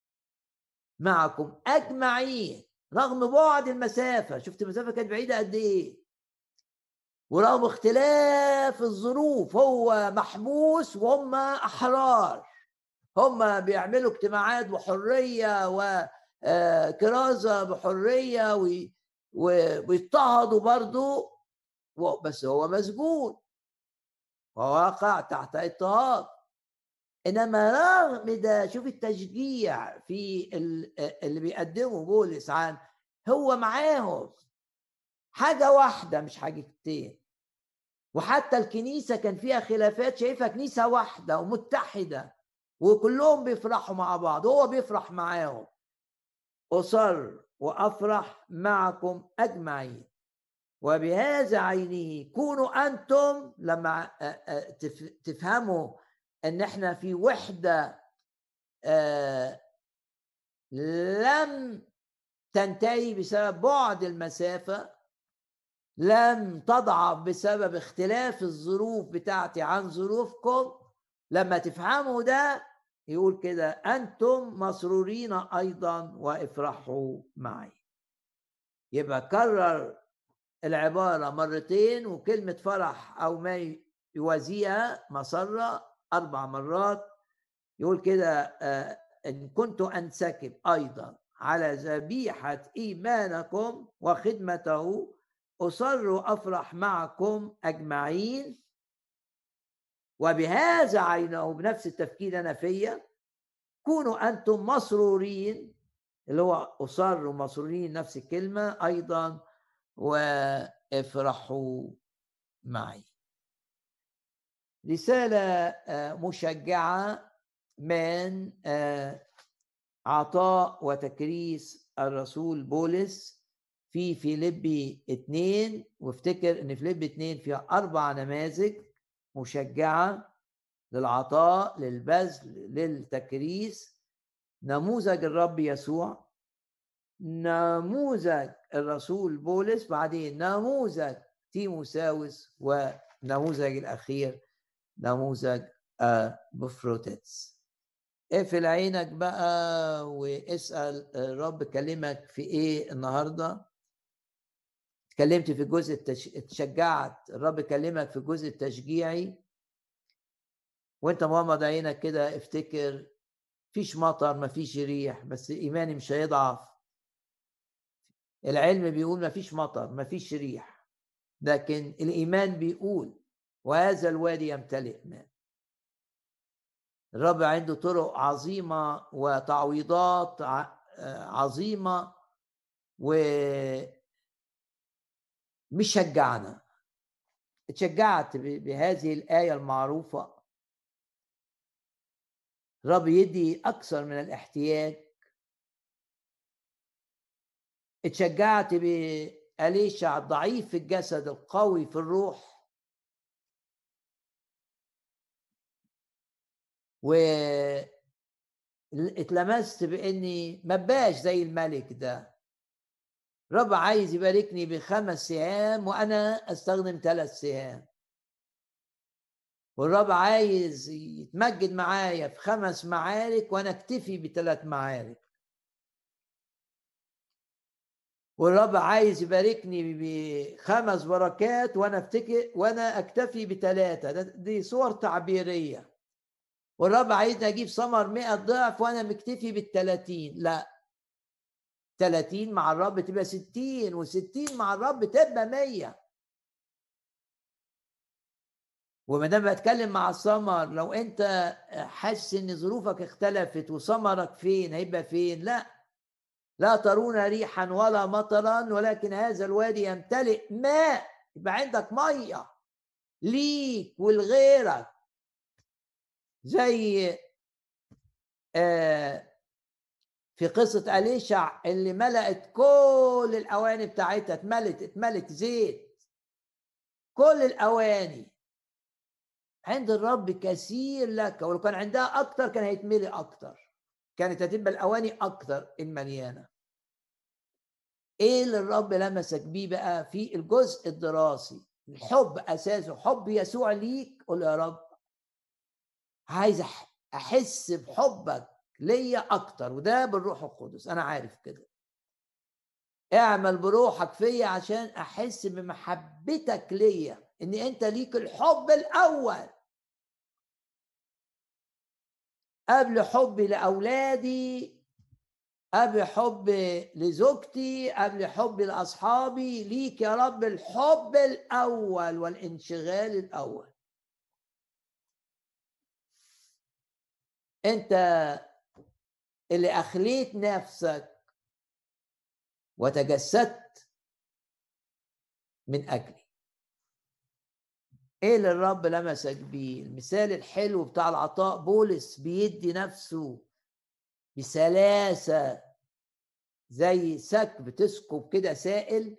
[SPEAKER 1] معكم أجمعين رغم بعد المسافة. شفت المسافة كانت بعيدة قد إيه، ورغم اختلاف الظروف، هو محبوس وهم أحرار، هم بيعملوا اجتماعات بحرية وكرازة بحرية ويضطهدوا برضو، بس هو مسجون وواقع تحت اضطهاد. انما رغم ده شوف التشجيع في اللي بيقدمه بولس عن هو معاهم، حاجة واحدة مش حاجتين. وحتى الكنيسة كان فيها خلافات، شايفها كنيسة واحدة ومتحدة وكلهم بيفرحوا مع بعض، هو بيفرح معاهم. أصر وأفرح معكم أجمعين، وبهذا عينه كونوا أنتم، لما تفهموا أن احنا في وحدة لم تنتهي بسبب بعد المسافة، لم تضعف بسبب اختلاف الظروف بتاعتي عن ظروفكم. لما تفهموا ده يقول كده أنتم مسرورين أيضا وافرحوا معي. يبقى كرر العبارة مرتين، وكلمة فرح أو ما يوازيها مسرة 4 مرات. يقول كده إن كنت أنسكب أيضا على ذبيحة إيمانكم وخدمته أصر أفرح معكم أجمعين، وبهذا عينه، بنفس التفكير أنا فيا، كونوا أنتم مسرورين، اللي هو أصر ومسرورين نفس الكلمة أيضا، وافرحوا معي. رسالة مشجعة من عطاء وتكريس الرسول بولس في فيليبي 2. وافتكر ان فيليبي 2 فيها 4 نماذج مشجعة للعطاء، للبذل، للتكريس. نموذج الرب يسوع، نموذج الرسول بولس، بعدين نموذج تيموساوس، ونموذج الأخير نموذج بفروتيتس. اقفل عينك بقى واسأل الرب كلمك في ايه النهاردة. اتكلمت في الجزء اتشجعت، الرب كلمك في الجزء التشجيعي، وانت مغمض عينك كده افتكر فيش مطر، مفيش ريح، بس ايماني مش هيضعف. العلم بيقول مفيش مطر مفيش ريح، لكن الايمان بيقول وهذا الوادي يمتلئ ماء. الرب عنده طرق عظيمة وتعويضات عظيمة، ومش شجعنا. اتشجعت بهذه الآية المعروفة، الرب يدي أكثر من الاحتياج. اتشجعت بأليشع الضعيف في الجسد القوي في الروح، اتلمست باني ما بقاش زي الملك ده. رب عايز يباركني ب5 سهام وانا استخدم 3 سهام، والرب عايز يتمجد معايا في 5 معارك وانا اكتفي ب3 معارك، والرب عايز يباركني ب5 بركات وانا اكتفي ب3. دي صور تعبيريه. والرب عايزني اجيب ثمر 100 ضعف وانا مكتفي بال30. لا، 30 مع الرب تبقى 60، و60 مع الرب تبقى 100. وما دام بتكلم مع الثمر، لو انت حاسس ان ظروفك اختلفت وثمرك فين هيبقى فين؟ لا ترون ريحا ولا مطرا، ولكن هذا الوادي يمتلئ ماء. يبقى عندك ميه ليك ولغيرك، زي في قصة أليشع اللي ملأت كل الأواني بتاعتها، اتملت زيت كل الأواني. عند الرب كثير لك، ولو كان عندها أكتر كان هيتملي أكتر، كانت هتبقى الأواني أكتر المليانة. إيه اللي الرب لمسك بيه بقى في الجزء الدراسي؟ الحب أساسه حب يسوع ليك. قول يا رب عايز أحس بحبك ليا أكتر، وده بالروح القدس. أنا عارف كده. اعمل بروحك فيا عشان أحس بمحبتك ليا، إن أنت ليك الحب الأول قبل حبي لأولادي، قبل حبي لزوجتي، قبل حبي لأصحابي. ليك يا رب الحب الأول والانشغال الأول. أنت اللي أخليت نفسك وتجسدت من أجلي. إيه اللي الرب لمسك بيه؟ المثال الحلو بتاع العطاء، بولس بيدي نفسه بسلاسة زي سكب تسكب كده سائل،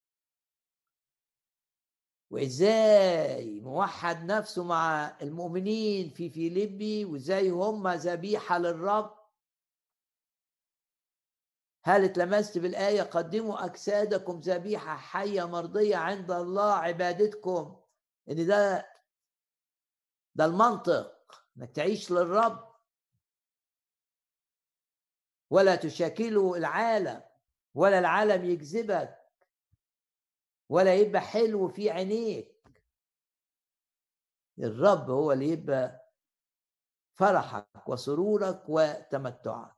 [SPEAKER 1] وازاي موحد نفسه مع المؤمنين في فيليبي، وازاي هم ذبيحة للرب. هل اتلمست بالآية قدموا أجسادكم ذبيحة حية مرضية عند الله عبادتكم؟ إن ده المنطق، إنك تعيش للرب ولا تشاكلوا العالم، ولا العالم يجذبك، ولا يبقى حلو في عينيك. الرب هو اللي يبقى فرحك وسرورك وتمتعك.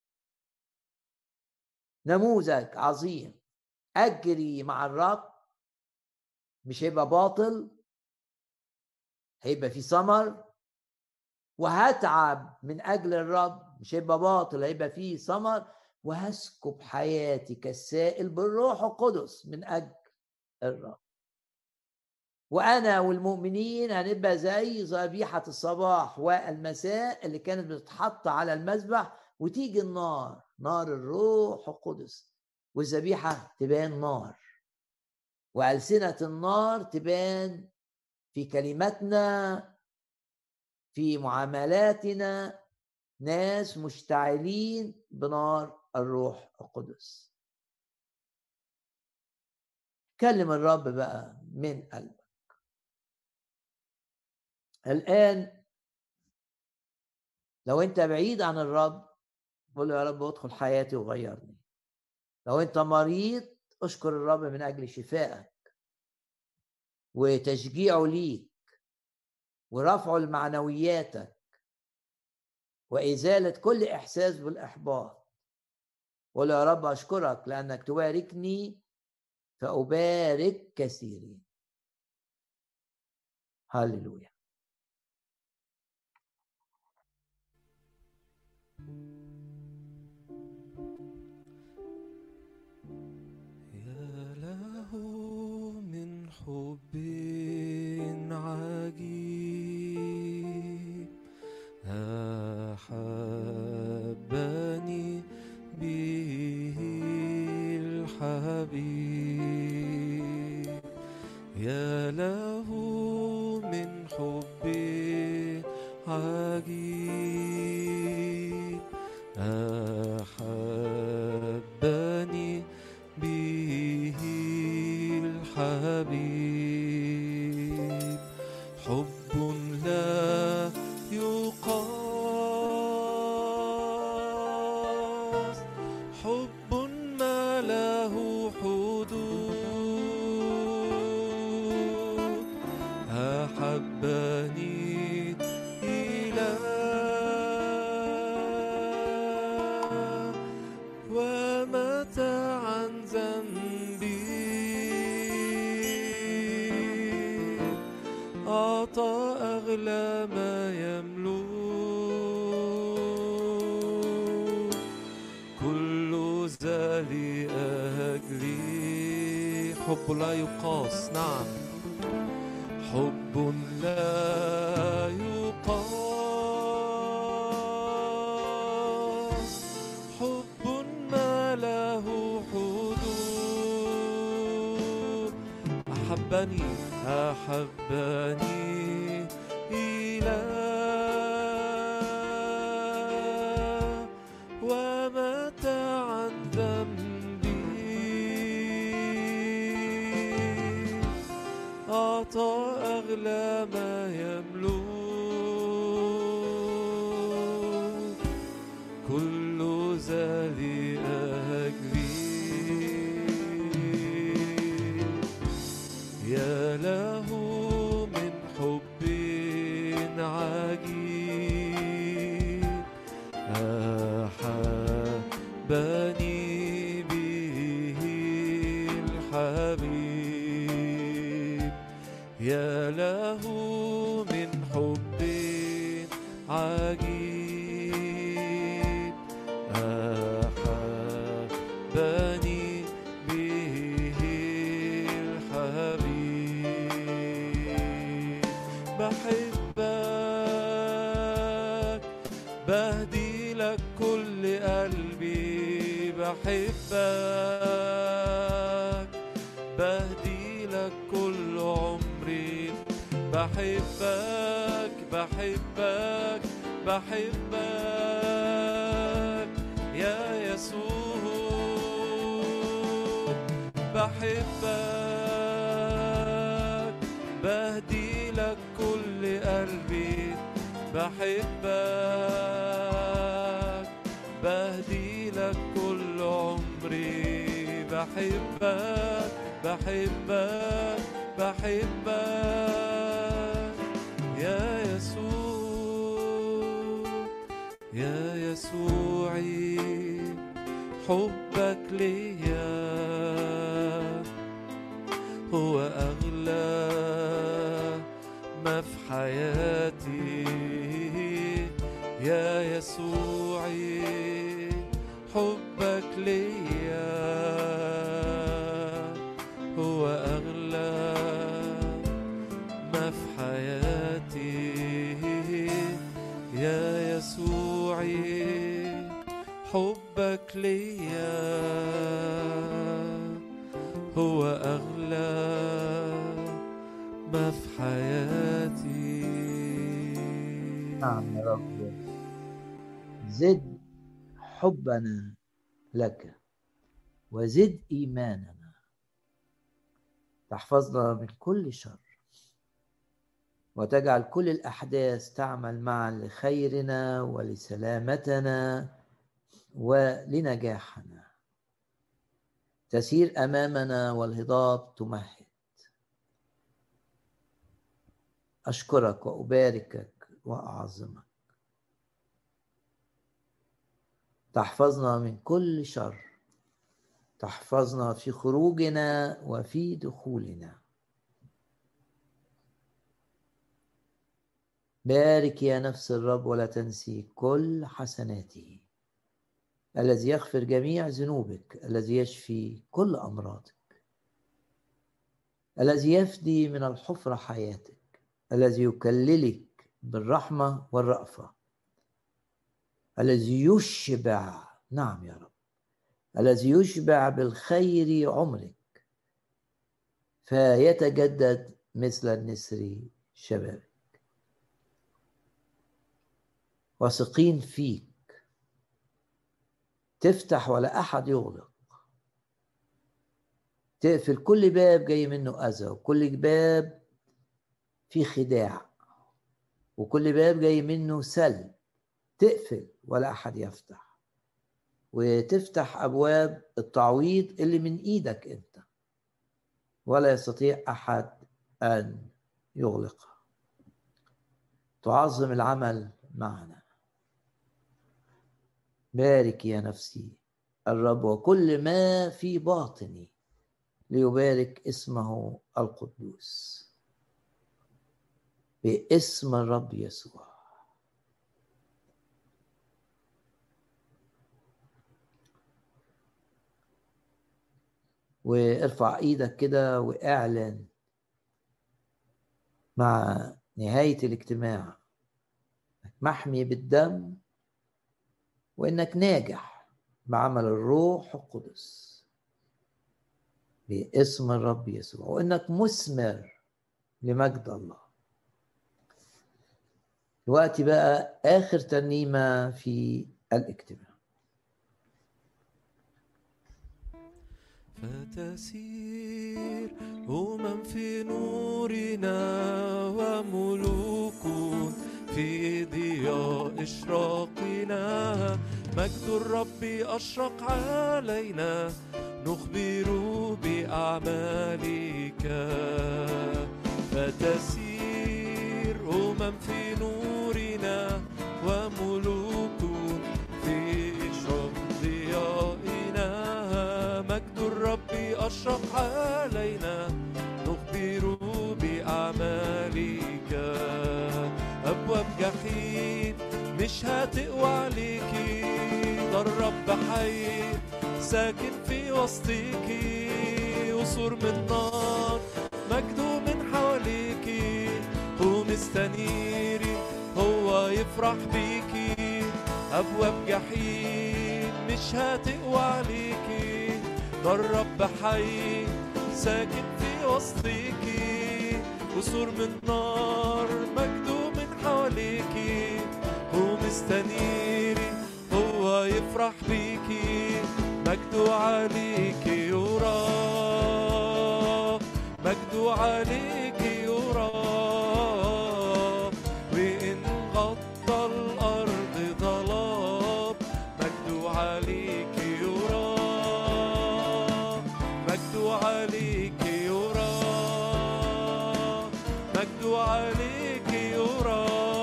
[SPEAKER 1] نموذج عظيم. أجري مع الرب، مش هيبقى باطل، هيبقى في ثمر. وهتعب من أجل الرب، مش هيبقى باطل، هيبقى فيه ثمر. وهسكب حياتي كالسائل بالروح القدس من أجل الرب. وأنا والمؤمنين هنبقى زي ذبيحة الصباح والمساء اللي كانت بتتحط على المذبح، وتيجي النار، نار الروح القدس، والذبيحة تبان نار، وألسنة النار تبان في كلماتنا، في معاملاتنا، ناس مشتعلين بنار الروح القدس. كلم الرب بقى من قلبك. الآن لو أنت بعيد عن الرب، قول له يا رب ادخل حياتي وغيرني. لو أنت مريض، اشكر الرب من أجل شفائك وتشجيعه ليك ورفعه لمعنوياتك وإزالة كل إحساس بالإحباط. قول يا رب أشكرك لأنك تباركني فأبارك كثيرين. هاليلويا.
[SPEAKER 2] يا له من حب عجيب أحبني به الحبيب. يا له من حب عجيب أحبني به الحبيب. حب لا يقاس، حب ما له حدود. أحبني إله ومات عن ذنبي، أعطى أغلى ما يملك، كل ذا لأجلي. حب لا يقاس، نعم، حب لا يقاس، حب ما له حدود. أحبني إله ومات عن ذنبي، أعطى أغلى ما يملك، كل ذا لأجلي. يا له من حب عجيب أحبني به الحبيب. يا له من حب عجيب أحبني به الحبيب. بحبك بهدي لك كل قلبي، بحبك بهدي لك كل عمري. بحبك بحبك بحبك يا يسوع. بحبك بهدي لك كل قلبي بحبك بهدي لك كل عمري بحبك بحبك بحبك يا يسوع يا يسوعي حبك ليا هو أغلى ما في حياتي يا يسوعي حبك ليا هو أغلى ما في حياتي يا يسوعي حبك ليا هو أغلى ما في حياتي.
[SPEAKER 1] نعم يا رب، زد حبنا لك وزد إيماننا، تحفظنا من كل شر وتجعل كل الأحداث تعمل معا لخيرنا ولسلامتنا ولنجاحنا، تسير أمامنا والهضاب تمهد. أشكرك وأباركك وأعظمك، تحفظنا من كل شر، تحفظنا في خروجنا وفي دخولنا. بارك يا نفس الرب ولا تنسي كل حسناته، الذي يغفر جميع ذنوبك، الذي يشفي كل أمراضك، الذي يفدي من الحفرة حياتك، الذي يكللك بالرحمة والرأفة، الذي يشبع، نعم يا رب، الذي يشبع بالخير عمرك فيتجدد مثل النسر شبابك. واثقين فيك، تفتح ولا أحد يغلق، تقفل كل باب جاي منه أذى، وكل باب فيه خداع، وكل باب جاي منه سلب، تقفل ولا أحد يفتح، وتفتح أبواب التعويض اللي من إيدك أنت ولا يستطيع أحد أن يغلقها. تعظم العمل معنا. بارك يا نفسي الرب وكل ما في باطني ليبارك اسمه القدوس، باسم الرب يسوع. وارفع ايدك كده واعلن مع نهاية الاجتماع انك محمي بالدم، وانك ناجح بعمل الروح القدس باسم الرب يسوع، وانك مثمر لمجد الله. دلوقتي بقى آخر ترنيمة في الاجتماع.
[SPEAKER 2] فتسير في نورنا وملوك في ضياء إشراقنا، مجد الرب أشرق علينا نخبر بأعمالك. فتسير في نورنا وملوك في إشراق ضيائنا، مجد الرب أشرق علينا نخبر بأعمالك. أبواب جحيم مش هتقوى عليكي، ده الرب حي ساكن في وسطيكي، وسور من نار مجده من حواليكي، ومستنيري هو يفرح بيكي. أبواب جحيم مش هتقوى عليكي، ده الرب حي ساكن في وسطيكي، وسور من نار مجده من حواليكي، ومستنيري هو يفرح بيكي، مجده عليكي يرى. عليك يرى، وإن غطى الأرض ظلام مجد عليك يرى، مجد عليك يرى، مجد عليك يرى،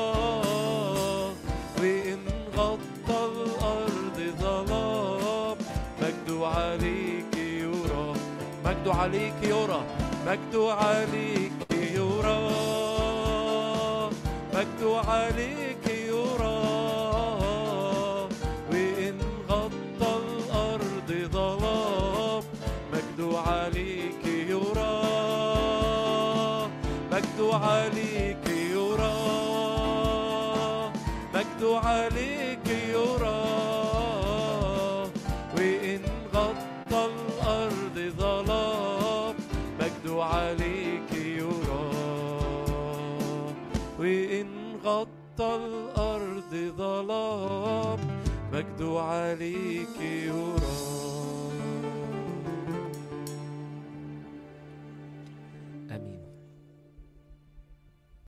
[SPEAKER 2] وإن غطى الأرض ظلام مجد عليك يرى، مجد عليك يرى، مجد عليك يرى، مجد عليك يرى، وإن غطى الأرض ظلام مجد عليك يرى، مجد عليك يرى، مجد عليك يرى، وإن غطى الأرض ظلام مجد عليك يرى، وإن غطى الأرض ظلام مجد عليك يرى.